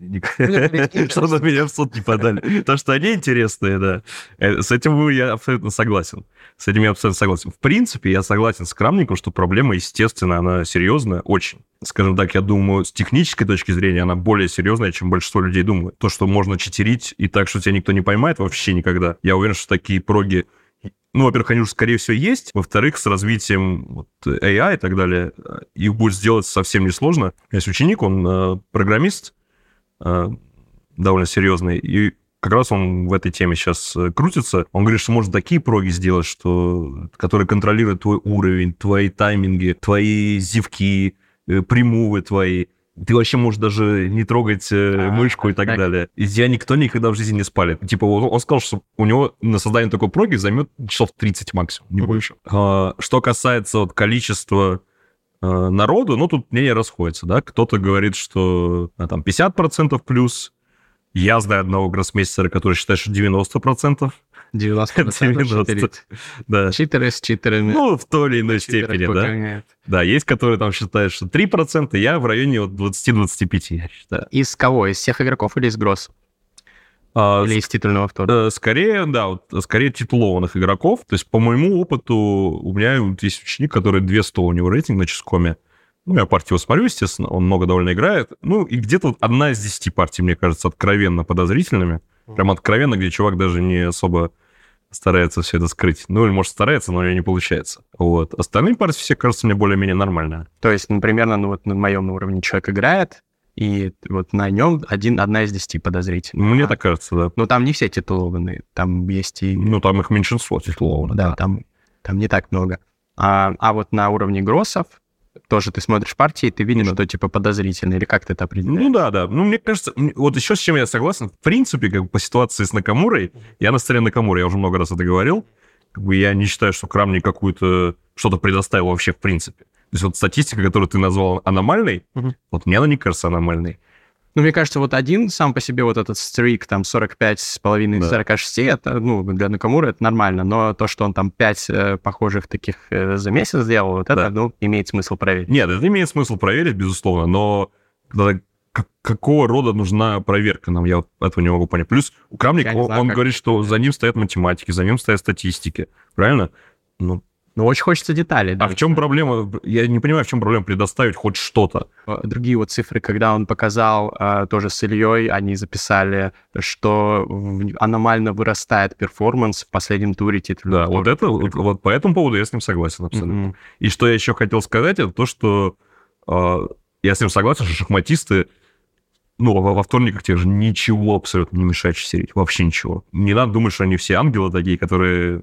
A: чтобы меня в суд не подали. То, что они интересные, да, с этим я абсолютно согласен. С этим я абсолютно согласен. В принципе, я согласен с Крамником, что проблема, естественно, она серьезная, очень. Скажем так, я думаю, с технической точки зрения она более серьезная, чем большинство людей думают. То, что можно читерить и так, что тебя никто не поймает, вообще никогда. Я уверен, что такие проги, ну, во-первых, они уже, скорее всего, есть. Во-вторых, с развитием вот, эй ай и так далее, их будет сделать совсем несложно. Есть ученик, он э, программист, э, довольно серьезный, и как раз он в этой теме сейчас крутится. Он говорит, что можно такие проги сделать, что, которые контролируют твой уровень, твои тайминги, твои зевки, примувы твои. Ты вообще можешь даже не трогать а, мышку и так, так далее. И тебя никто никогда в жизни не спалит. Типа он сказал, что у него на создание такой проги займет часов тридцать максимум, не больше. А, что касается вот количества а, народу, ну, тут мнения расходятся, да. Кто-то говорит, что а, там пятьдесят процентов плюс. Я знаю одного гроссмейстера, который считает, что девяносто процентов.
B: девяносто процентов
A: да.
B: Читеры с читерами.
A: Ну, в той или иной степени, да. Да, есть, которые там считают, что три процента, я в районе вот двадцать-двадцать пять, я считаю.
B: Из кого? Из всех игроков или из гроссов? А, или из титульного второго?
A: Скорее, да, вот, скорее титулованных игроков. То есть, по моему опыту, у меня вот есть ученик, который двести у него рейтинг на Ческоме. Ну, я партию его смотрю, естественно, он много довольно играет. Ну, и где-то вот одна из десяти партий, мне кажется, откровенно подозрительными. Прям откровенно, где чувак даже не особо старается все это скрыть. Ну, или, может, старается, но у него не получается. Вот. Остальные партии все кажутся мне более-менее нормальные.
B: То есть, ну, примерно, ну, вот на моем уровне человек играет, и вот на нем один, одна из десяти подозрительных.
A: Мне
B: а,
A: так кажется, да.
B: Но там не все титулованные, там есть и...
A: Ну, там их меньшинство титулованных.
B: Да, там, там не так много. А, а вот на уровне гроссов тоже ты смотришь партии, ты видишь, да. что типа подозрительно, или как ты это определяешь?
A: Ну да, да. Ну, мне кажется, вот еще с чем я согласен, в принципе, как бы по ситуации с Накамурой, я на стороне Накамуры, я уже много раз это говорил, как бы я не считаю, что Крамник какую-то что-то предоставил вообще в принципе. То есть вот статистика, которую ты назвал аномальной, угу. вот мне она не кажется аномальной.
B: Ну, мне кажется, вот один сам по себе вот этот стрик, там, сорок пять с половиной
A: Да.
B: сорок шесть, это, ну, для Накамуры это нормально, но то, что он там пять э, похожих таких э, за месяц сделал, вот это,
A: Да.
B: ну, имеет смысл проверить.
A: Нет, это имеет смысл проверить, безусловно, но когда- как- какого рода нужна проверка нам, я вот этого не могу понять. Плюс у Крамника,
B: Я не
A: он,
B: знаю,
A: он
B: как-
A: говорит, что за ним стоят математики, за ним стоят статистики, правильно? Ну,
B: Но очень хочется деталей.
A: а в чем проблема? Я не понимаю, в чем проблема предоставить хоть что-то.
B: Другие вот цифры, когда он показал а, тоже с Ильей, они записали, что в- аномально вырастает перформанс в последнем туре титуля.
A: Да, вот это, вот, вот по этому поводу я с ним согласен абсолютно.
B: Мгм.
A: И что я еще хотел сказать, это то, что э, я с ним согласен, что шахматисты, ну, во, во вторниках тебе же ничего абсолютно не мешает читерить, вообще ничего. Не надо думать, что они все ангелы такие, которые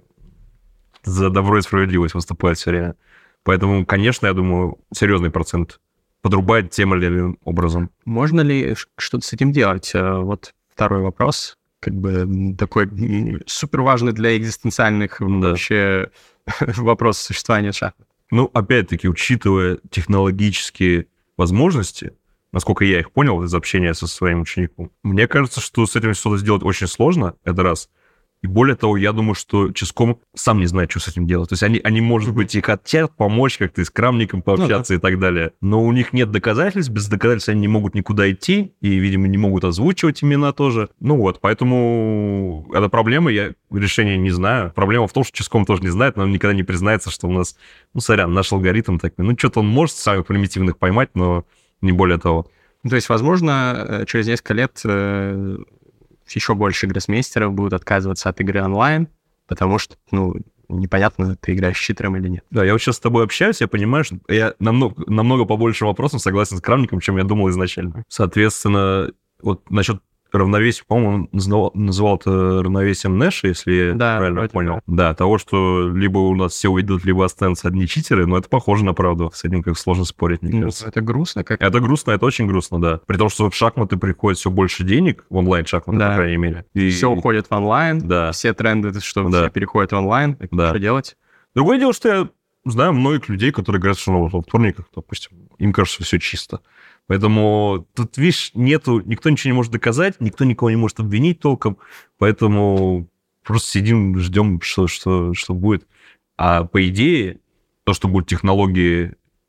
A: за добро и справедливость выступают все время. Поэтому, конечно, я думаю, серьезный процент подрубает тем или иным образом.
B: Можно ли ш- что-то с этим делать? Э, Вот второй вопрос, как бы м, такой м, супер важный для экзистенциальных м,
A: Да.
B: вообще вопрос существования шахмат.
A: Ну, опять-таки, учитывая технологические возможности, насколько я их понял из общения со своим учеником, мне кажется, что с этим что-то сделать очень сложно, это раз. И более того, я думаю, что Ческом сам не знает, что с этим делать. То есть они, они может быть, и хотят помочь как-то и с Крамником пообщаться и так далее, но у них нет доказательств, без доказательств они не могут никуда идти, и, видимо, не могут озвучивать имена тоже. Ну вот, поэтому это проблема, я решения не знаю. Проблема в том, что Ческом тоже не знает, но он никогда не признается, что у нас, ну, сорян, наш алгоритм такой. Ну, что-то он может самых примитивных поймать, но не более того.
B: То есть, возможно, э, через несколько лет э, еще больше гроссмейстеров будут отказываться от игры онлайн, потому что, ну, непонятно, ты играешь с читером или нет.
A: Да, я вот сейчас с тобой общаюсь, я понимаю, что я намного, намного по большим вопросам согласен с Крамником, чем я думал изначально. Соответственно, вот насчет равновесия, по-моему, он называл, называл это равновесием Нэша, если я
B: Да,
A: правильно
B: вроде
A: понял. Да, того, что либо у нас все уйдут, либо останутся одни читеры, но это похоже на правду. С этим как сложно спорить, мне
B: Ну,
A: кажется.
B: это грустно, как...
A: Это грустно, это очень грустно, да. При том, что в шахматы приходит все больше денег, в онлайн-шахматы,
B: Да.
A: по крайней мере. И...
B: Все уходит в онлайн,
A: Да.
B: все тренды, что
A: Да.
B: все переходят в онлайн. Так
A: Да.
B: Что делать?
A: Другое дело, что я знаю многих людей, которые говорят, что ну, во вторниках, допустим, им кажется все чисто. Поэтому тут, видишь, нету, никто ничего не может доказать, никто никого не может обвинить толком, поэтому просто сидим, ждем, что, что, что будет. А по идее, то, что будут технологии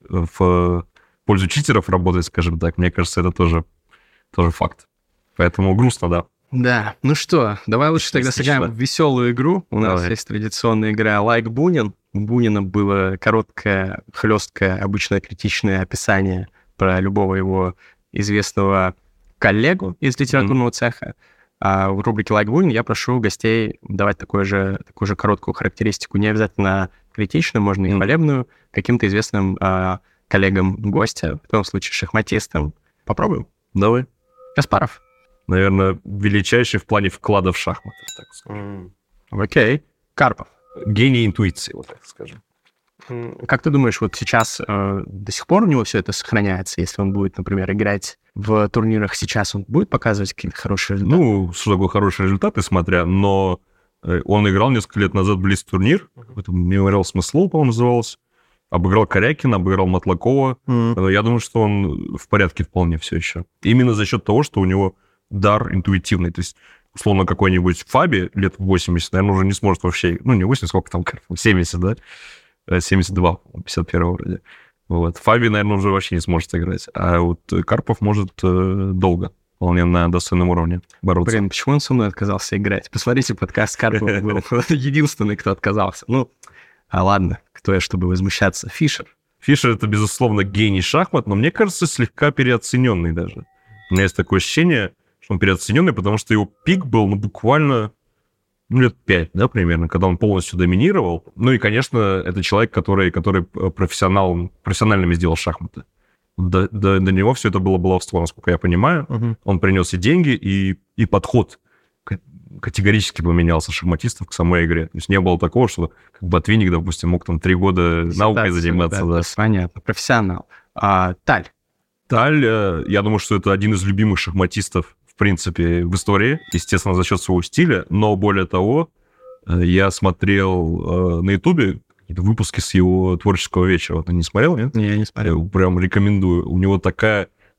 A: в пользу читеров работать, скажем так, мне кажется, это тоже, тоже факт. Поэтому грустно, да.
B: Да, ну что, давай лучше тогда
A: Отлично.
B: сыграем в веселую игру. У нас
A: Давай.
B: есть традиционная игра Like Бунин. У Бунина было короткое, хлесткое, обычно критичное описание про любого его известного коллегу из литературного цеха. А в рубрике Like Бунин я прошу гостей давать такое же, такую же короткую характеристику, не обязательно критичную, можно и
A: Мгм.
B: хвалебную, каким-то известным а, коллегам гостя, в том случае шахматистам. Попробуем.
A: Давай.
B: Каспаров.
A: Наверное, величайший в плане вклада в шахматы, так скажем.
B: Окей. Карпов.
A: Гений интуиции, вот так скажем.
B: Как ты думаешь, вот сейчас э, до сих пор у него все это сохраняется, если он будет, например, играть в турнирах сейчас, он будет показывать какие-то хорошие результаты?
A: Ну, что такое хорошие результаты, смотря, но э, он играл несколько лет назад Блиц-турнир, это Memorial Смыслов, по-моему, назывался, обыграл Корякина, обыграл Матлакова.
B: М.
A: Но я думаю, что он в порядке вполне все еще. Именно за счет того, что у него дар интуитивный. То есть, условно, какой-нибудь Фаби лет восемьдесят, наверное, уже не сможет вообще... Ну, не восемьдесят, сколько там, семьдесят, да? Э, семьдесят два, пятьдесят первого вроде. Вот. Фаби, наверное, уже вообще не сможет играть. А вот Карпов может э, долго, вполне на достойном уровне бороться.
B: Блин, почему он со мной отказался играть? Посмотрите, подкаст Карпова был единственный, кто отказался. Ну, а ладно, кто я, чтобы возмущаться? Фишер.
A: Фишер — это, безусловно, гений шахмат, но мне кажется, слегка переоцененный даже. У меня есть такое ощущение, что он переоцененный, потому что его пик был, ну, буквально ну, лет пять, да, примерно, когда он полностью доминировал. Ну и, конечно, это человек, который, который профессионал, профессиональными сделал шахматы. До, до, до него все это было баловство, насколько я понимаю.
B: Мгм.
A: Он принес и деньги, и, и подход к- категорически поменялся шахматистов к самой игре. То есть не было такого, что как Ботвинник, допустим, мог там три года наукой
B: Да,
A: заниматься.
B: да,
A: Да.
B: понятно, профессионал. А, Таль.
A: Таль, э, я думаю, что это один из любимых шахматистов, в принципе, в истории, естественно, за счет своего стиля, но более того, э, я смотрел э, на Ютубе какие-то выпуски с его творческого вечера. Ты не смотрел, нет?
B: Не, я не смотрел.
A: Я прям рекомендую. У него такая,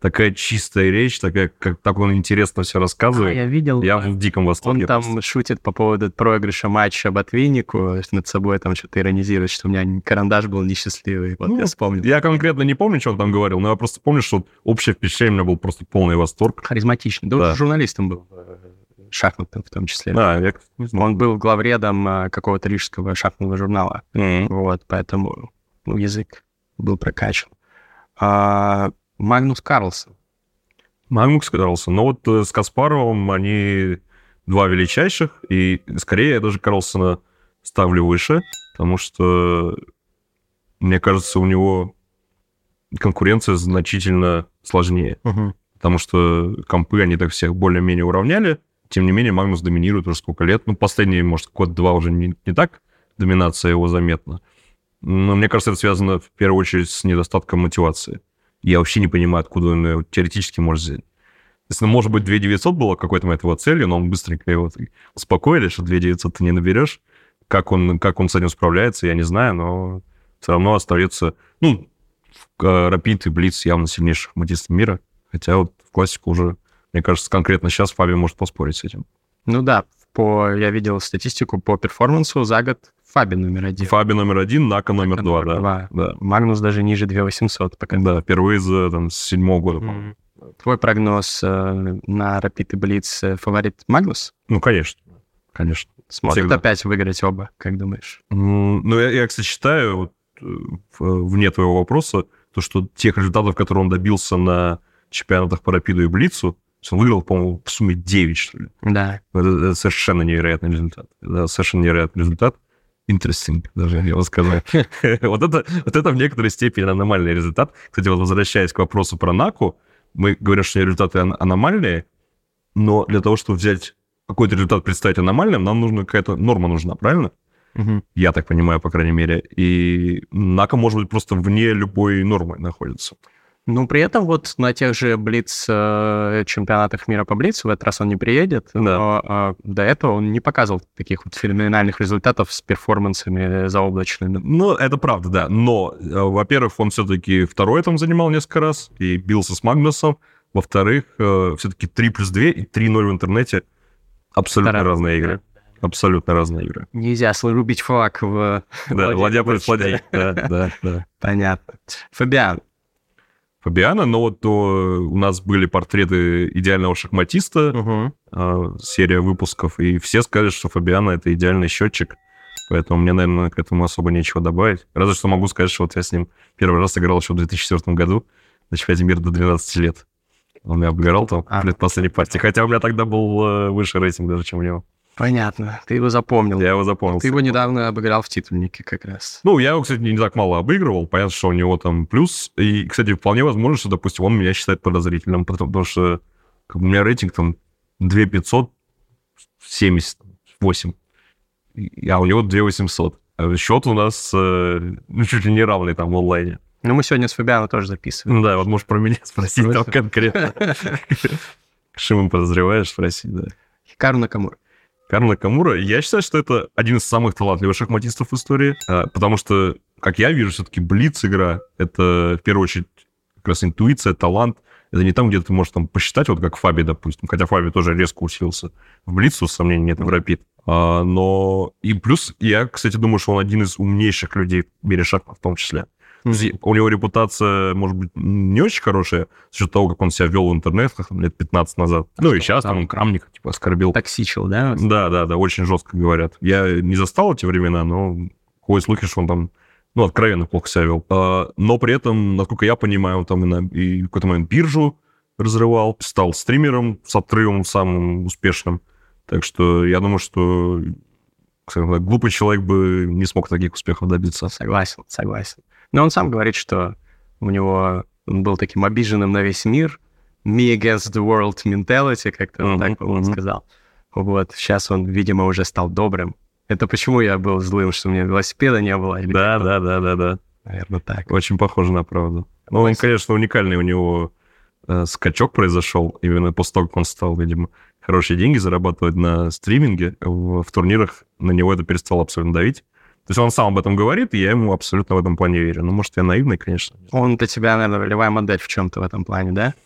A: такая чистая речь, такая, как так он интересно все рассказывает.
B: А, я видел.
A: Я в диком восторге.
B: Он там
A: просто.
B: шутит по поводу проигрыша матча Ботвиннику, над собой там что-то иронизирует, что у меня карандаш был несчастливый. Вот
A: Ну,
B: я вспомнил.
A: Я конкретно не помню, что он там говорил, но я просто помню, что общее впечатление у меня был просто полный восторг.
B: Харизматичный. Да,
A: Да.
B: он журналистом был, э, шахматным в том числе.
A: Да, я не знаю.
B: Он был главредом э, какого-то рижского шахматного журнала.
A: Мгм.
B: Вот, поэтому ну, язык был прокачан. А, Магнус Карлсон.
A: Магнус Карлсон. Но вот э, с Каспаровым они два величайших, и скорее я даже Карлсона ставлю выше, потому что, мне кажется, у него конкуренция значительно сложнее.
B: Угу.
A: Потому что компы, они так всех более-менее уравняли. Тем не менее, Магнус доминирует уже сколько лет. Ну, последние, может, год-два уже не, не так доминация его заметна. Но мне кажется, это связано в первую очередь с недостатком мотивации. Я вообще не понимаю, откуда он ее теоретически может взять. Если, ну, может быть, две тысячи девятьсот было какой-то момент его целью, но он быстренько его успокоили, что две тысячи девятьсот ты не наберешь. Как он, как он с этим справляется, я не знаю, но все равно остается... Ну, Рапид и Блиц явно сильнейших шахматистов мира. Хотя вот в классику уже, мне кажется, конкретно сейчас Фаби может поспорить с этим.
B: Ну да, по, я видел статистику по перформансу за год Фаби номер один.
A: Фаби номер один, Нака номер два, да.
B: два.
A: да.
B: Магнус даже ниже две тысячи восемьсот пока.
A: Да, впервые за там, с седьмого года, по-моему.
B: Mm. Твой прогноз э, на Рапид и Блиц э, фаворит Магнус?
A: Ну, конечно. Конечно.
B: Сможет
A: Всегда.
B: опять выиграть оба, как думаешь?
A: Mm, ну, я, я, кстати, считаю, вот, вне твоего вопроса, то, что тех результатов, которые он добился на чемпионатах по Рапиду и Блицу, он выиграл, по-моему, в сумме девять, что ли.
B: Да.
A: Это, это совершенно невероятный результат. Это совершенно невероятный результат. Interesting, даже я бы сказал. вот, это, вот это в некоторой степени аномальный результат. Кстати, вот возвращаясь к вопросу про Наку, мы говорим, что результаты ан- аномальные, но для того, чтобы взять какой-то результат представить аномальным, нам нужна какая-то норма нужна, правильно?
B: Угу.
A: Я так понимаю, по крайней мере. И Нака, может быть, просто вне любой нормы находится.
B: Ну, при этом вот на тех же Блиц э, чемпионатах мира по Блицу в этот раз он не приедет,
A: Да.
B: но э, до этого он не показывал таких вот феноменальных результатов с перформансами заоблачными.
A: Ну, это правда, да. Но, э, во-первых, он все-таки второй там занимал несколько раз и бился с Магнусом. Во-вторых, э, все-таки три плюс два и три ноль в интернете абсолютно
B: Вторая.
A: разные игры. Абсолютно разные игры.
B: Нельзя рубить флаг в...
A: Да, ладья против ладьи. Да, да, да.
B: Понятно. Фабиан.
A: Фабиана, но вот то у нас были портреты идеального шахматиста,
B: Угу.
A: э, серия выпусков, и все сказали, что Фабиана — это идеальный счетчик, поэтому мне, наверное, к этому особо нечего добавить. Разве что могу сказать, что вот я с ним первый раз играл еще в две тысячи четвёртом году на чемпионате мира до двенадцати лет. Он меня обыграл там
B: А.
A: в предпоследней партии, хотя у меня тогда был э, выше рейтинг даже, чем у него.
B: Понятно. Ты его запомнил.
A: Я его запомнил.
B: Ты его недавно обыграл в титульнике как раз.
A: Ну, я его, кстати, не так мало обыгрывал. Понятно, что у него там плюс. И, кстати, вполне возможно, что, допустим, он меня считает подозрительным, потому, потому что как бы, у меня рейтинг там две тысячи пятьсот семьдесят восемь, и- а у него две тысячи восемьсот. А счет у нас э, ну, чуть ли не равный там в онлайне.
B: Ну, мы сегодня с Фабианом тоже записываем.
A: Ну да, вот можешь про меня спросить там
B: Спросим.
A: конкретно. Шимон подозреваешь, спроси, да.
B: Хикару Накамура.
A: Карл Накамура, я считаю, что это один из самых талантливых шахматистов в истории, а, потому что, как я вижу, все-таки блиц-игра — это, в первую очередь, как раз интуиция, талант. Это не там, где ты можешь там посчитать, вот как Фаби, допустим, хотя Фаби тоже резко усилился в блицу, сомнений нет, в Рапид. А, но и плюс, я, кстати, думаю, что он один из умнейших людей в мире шахмат в том числе. То есть у него репутация, может быть, не очень хорошая, с учетом того, как он себя вел в интернетах там, лет пятнадцать назад.
B: А
A: ну
B: что
A: и сейчас
B: там?
A: там он Крамника типа оскорбил.
B: Токсичил, да?
A: Да, да, да, очень жестко говорят. Я не застал эти времена, но ходят слухи, что он там, ну, откровенно плохо себя вел. А, но при этом, насколько я понимаю, он там и, на, и в какой-то момент биржу разрывал, стал стримером с отрывом самым успешным. Так что я думаю, что, скажем так, глупый человек бы не смог таких успехов добиться.
B: Согласен, согласен. Но он сам говорит, что у него он был таким обиженным на весь мир. Me against the world mentality, как-то он
A: Мгм,
B: так, по-моему,
A: мгм.
B: сказал. Вот, сейчас он, видимо, уже стал добрым. Это почему я был злым, что у меня велосипеда не было? Или
A: Да,
B: как-то,
A: да, да, да, да.
B: наверное, так.
A: Очень похоже на правду. Ну, он, конечно, уникальный у него э, скачок произошел именно после того, как он стал, видимо, хорошие деньги зарабатывать на стриминге. В, в турнирах на него это перестало абсолютно давить. То есть он сам об этом говорит, и я ему абсолютно в этом плане верю. Ну, может, я наивный, конечно.
B: Он для тебя, наверное, ролевая модель в чем-то в этом плане, да?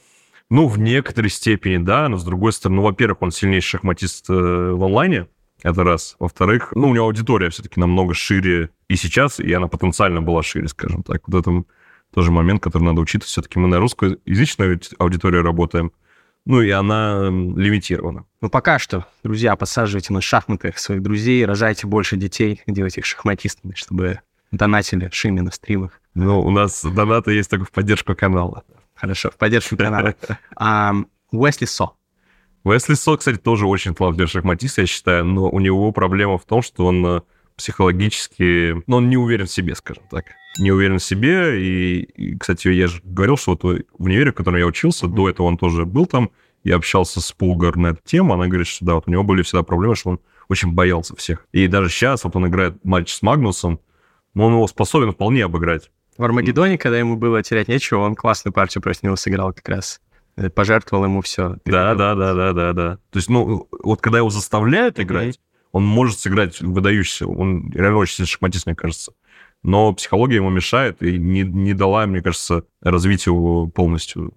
A: Ну, в некоторой степени, да, но с другой стороны, ну, во-первых, он сильнейший шахматист э, в онлайне, это раз. Во-вторых, ну, у него аудитория все-таки намного шире и сейчас, и она потенциально была шире, скажем так. Вот это тоже момент, который надо учитывать. Все-таки мы на русскоязычной аудитории работаем, ну, и она лимитирована.
B: Ну, пока что, друзья, подсаживайте на шахматы своих друзей, рожайте больше детей, делайте их шахматистами, чтобы донатили Шиме на стримах.
A: Ну, у нас донаты есть только в поддержку канала.
B: Хорошо, в поддержку канала. А, Уэсли Со.
A: Уэсли Со, кстати, тоже очень талантливый шахматист, я считаю, но у него проблема в том, что он психологически... Ну, он не уверен в себе, скажем так. Не уверен в себе, и, и кстати, я же говорил, что вот в универе, в котором я учился, mm-hmm. до этого он тоже был там, я общался с Пулгар на эту тему, она говорит, что да, вот у него были всегда проблемы, что он очень боялся всех. И даже сейчас вот он играет матч с Магнусом, но он его способен вполне обыграть.
B: В Армагеддоне, когда ему было терять нечего, он классную партию против него сыграл как раз. Пожертвовал ему все.
A: Да, да, да, да, да, да. То есть, ну, вот когда его заставляют mm-hmm. играть, он может сыграть выдающийся. Он реально очень сильный шахматист, мне кажется. Но психология ему мешает и не, не дала, мне кажется, развитию полностью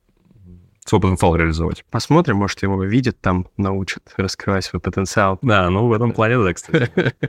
A: свой потенциал реализовать.
B: Посмотрим, может, его видят там, научат раскрывать свой потенциал.
A: Да, ну в этом плане, да, кстати.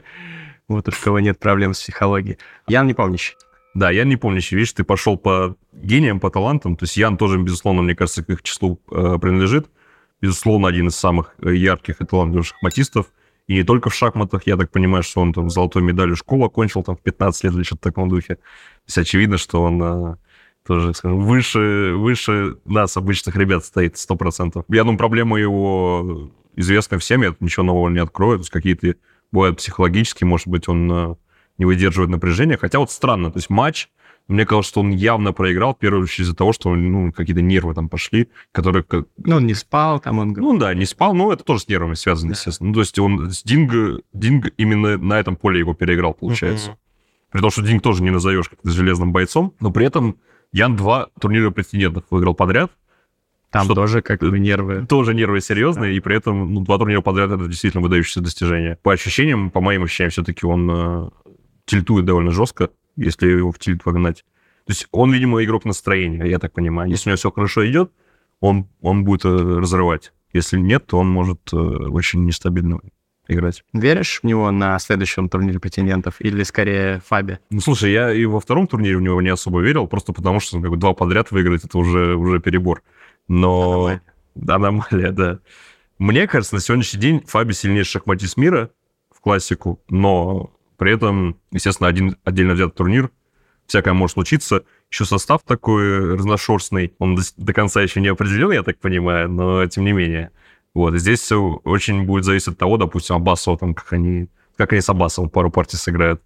B: Вот уж у кого нет проблем с психологией. Ян Непомнящий.
A: Да, Ян Непомнящий. Видишь, ты пошел по гениям, по талантам. То есть Ян тоже, безусловно, мне кажется, к их числу э, принадлежит. Безусловно, один из самых ярких и талантливых шахматистов. И не только в шахматах. Я так понимаю, что он там золотой медалью школу окончил там в пятнадцать лет или что-то в таком духе. То есть очевидно, что он э, тоже, скажем, выше, выше нас, обычных ребят, стоит сто процентов. Я думаю, проблема его известна всем. Я ничего нового не открою. То есть какие-то бывают психологические, может быть, он... Э, не выдерживает напряжения. Хотя вот странно, то есть матч, мне казалось, что он явно проиграл, в первую очередь из-за того, что ну, какие-то нервы там пошли, которые...
B: Ну, он не спал, там он...
A: Ну да, не спал, но это тоже с нервами связано, да. Естественно. Ну, то есть он с Динго, Динго именно на этом поле его переиграл, получается. Uh-huh. При том, что Динго тоже не назовешь как-то железным бойцом, но при этом Ян два турнира претендентов выиграл подряд.
B: Там что тоже как бы нервы.
A: Тоже нервы серьезные, да. И при этом ну, два турнира подряд — это действительно выдающееся достижение. По ощущениям, по моим ощущениям, все-таки он... тильтует довольно жестко, если его в тильт вогнать. То есть он, видимо, игрок настроения, я так понимаю. Если у него все хорошо идет, он, он будет разрывать. Если нет, то он может очень нестабильно играть.
B: Веришь в него на следующем турнире претендентов или скорее Фаби?
A: Ну, слушай, я и во втором турнире в него не особо верил, просто потому что как бы, два подряд выиграть — это уже, уже перебор. Но... Аномалия. Аномалия, да. Мне кажется, на сегодняшний день Фаби сильнейший шахматист мира в классику, но... При этом, естественно, один отдельно взятый турнир, всякое может случиться. Еще состав такой разношерстный, он до, до конца еще не определен, я так понимаю, но тем не менее. Вот, и здесь все очень будет зависеть от того, допустим, Аббасова, там, как они, как они с Аббасовым пару партий сыграют.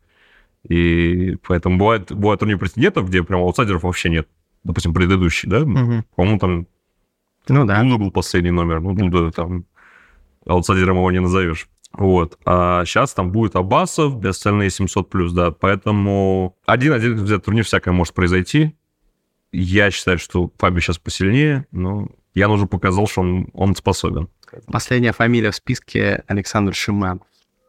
A: И поэтому бывает, бывает турнир претендентов, где прям аутсайдеров вообще нет. Допустим, предыдущий, да? Угу. По-моему, там...
B: Ну да.
A: Дуда был последний номер, ну, Дуда там... Аутсайдером его не назовешь. Вот. А сейчас там будет Аббасов, без остальные семьсот плюс, да. Поэтому один-один взять турнир всякое может произойти. Я считаю, что Фаби сейчас посильнее, но Ян уже показал, что он, он способен.
B: Последняя фамилия в списке — Александр Шиманов.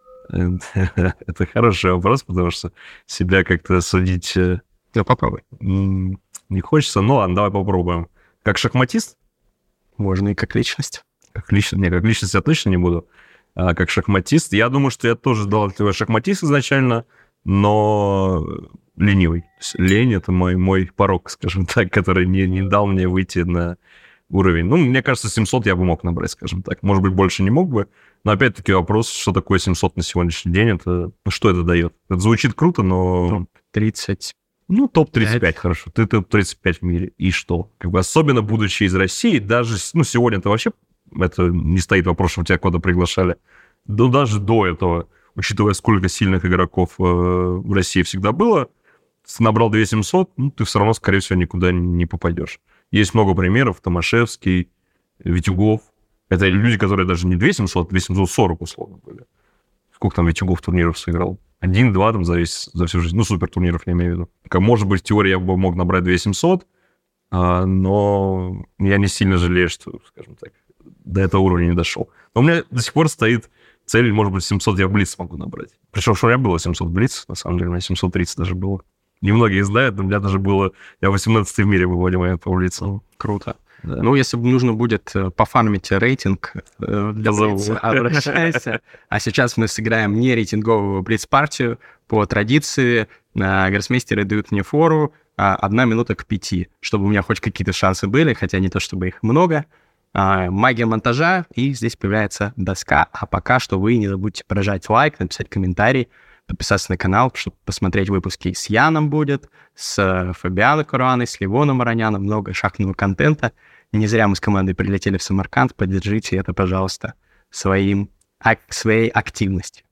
A: Это хороший вопрос, потому что себя как-то судить...
B: Ну, попробуй.
A: Не хочется, ну ладно, давай попробуем. Как шахматист?
B: Можно и как личность.
A: Как личность? Не, как личность я точно не буду. А как шахматист, я думаю, что я тоже талантливый шахматист изначально, но ленивый. Лень — это мой, мой порог, скажем так, который не, не дал мне выйти на уровень. Ну, мне кажется, семьсот я бы мог набрать, скажем так. Может быть, больше не мог бы. Но опять-таки вопрос, что такое семьсот на сегодняшний день, это ну, что это дает? Это звучит круто, но...
B: тридцать.
A: Ну, топ тридцать пять, хорошо. Ты топ тридцать пять в мире. И что? Как бы особенно будучи из России, даже... Ну, сегодня-то вообще... Это не стоит вопрос, что тебя куда-то приглашали. Но даже до этого, учитывая, сколько сильных игроков э, в России всегда было, если набрал две тысячи семьсот, ну, ты все равно, скорее всего, никуда не попадешь. Есть много примеров. Томашевский, Витюгов. Это люди, которые даже не две тысячи семьсот, а две тысячи семьсот сорок условно были. Сколько там Витюгов турниров сыграл? Один-два там за, весь, за всю жизнь. Ну, супер турниров, я имею в виду. Как, может быть, в теории я бы мог набрать две тысячи семьсот, а, но я не сильно жалею, что, скажем так, до этого уровня не дошел. Но у меня до сих пор стоит цель, может быть, семьсот я в Блиц смогу набрать. Причем, что у меня было семьсот в Блиц, на самом деле, у меня семьсот тридцать даже было. Немногие знают, но у меня даже было... Я восемнадцатый в мире был в один момент по Блицу.
B: Круто. Да. Ну, если нужно будет пофармить рейтинг для Блица, обращайся. А сейчас мы сыграем не рейтинговую Блиц-партию. По традиции гроссмейстеры дают мне фору одна минута к пяти, чтобы у меня хоть какие-то шансы были, хотя не то чтобы их много. Магия монтажа, и здесь появляется доска. А пока что вы не забудьте прожать лайк, написать комментарий, подписаться на канал, чтобы посмотреть выпуски с Яном будет, с Фабианой Кураной, с Ливоном Ароняном, много шахматного контента. Не зря мы с командой прилетели в Самарканд, поддержите это, пожалуйста, своим, ак, своей активностью.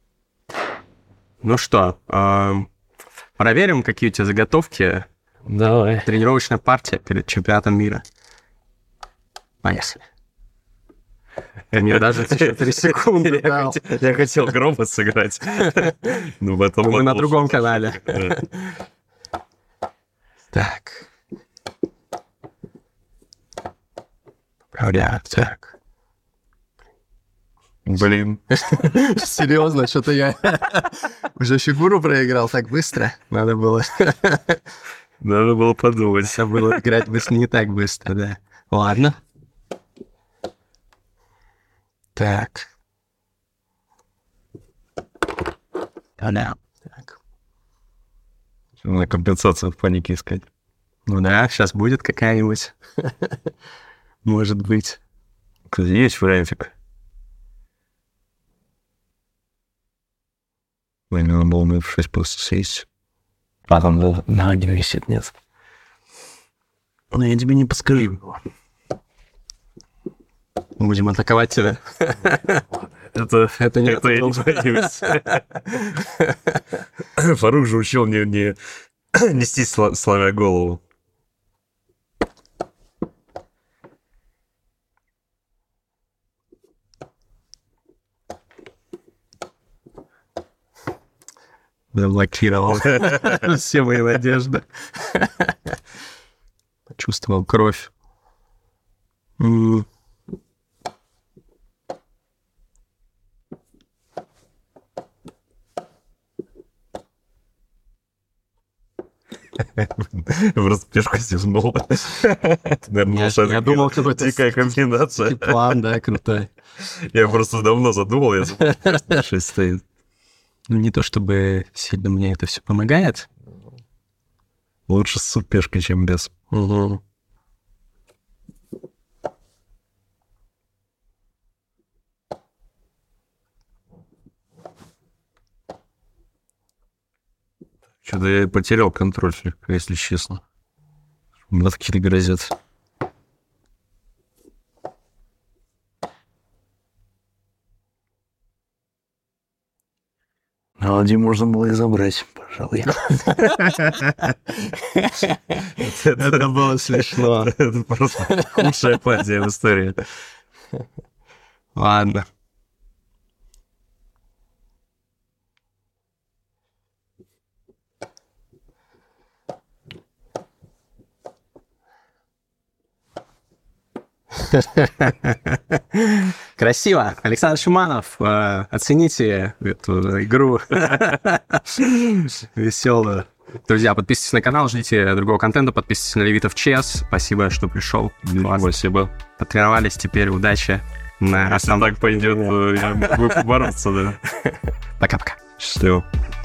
B: Ну что, э, проверим, какие у тебя заготовки.
C: Давай.
B: Тренировочная партия перед чемпионатом мира. Поехали. Мне даже три секунды дал.
A: Я хотел громко сыграть. Но потом...
B: Мы на другом канале. Так. Поправляю. Так.
A: Блин.
C: Серьезно, что-то я уже фигуру проиграл так быстро.
B: Надо было...
A: Надо было подумать.
B: Надо было играть быстро, не так быстро, да. Ладно. Так. Да. Так.
A: Надо компенсацию от паники искать.
B: Ну да, сейчас будет какая-нибудь. Может быть.
A: Кстати, есть вариантик. Блин, надо было на эф шесть просто сесть.
C: А там да, на один висит, нет.
B: Но я тебе не подскажу его. Будем атаковать тебя.
A: Это,
B: это не
A: это я не боюсь. Фарук же учил не, не нести сломя голову.
B: Заблокировал все мои надежды. Почувствовал кровь. Mm.
A: Просто пешку стиснул. Наверное,
B: я, я думал, какой-то
A: дикая комбинация.
B: План, да, крутой.
A: Я просто давно задумал, я забыл, шесть стоит.
B: Ну, не то чтобы сильно мне это все помогает.
A: Лучше с пешкой, чем без.
B: Угу.
A: Что-то я потерял контроль слегка, если честно. Братки грозят.
C: Ладьи можно было и забрать, пожалуй.
B: Это было смешно.
A: Это просто худшая партия в истории.
B: Ладно. Красиво. Александр Шуманов, э, оцените эту игру веселую. Друзья, подписывайтесь на канал, ждите другого контента, подписывайтесь на Левитов ЧС. Спасибо, что пришел.
A: Спасибо.
B: Потренировались, теперь удачи.
A: На... Если так пойдет, я могу побороться, да.
B: Пока-пока.
A: Счастливо.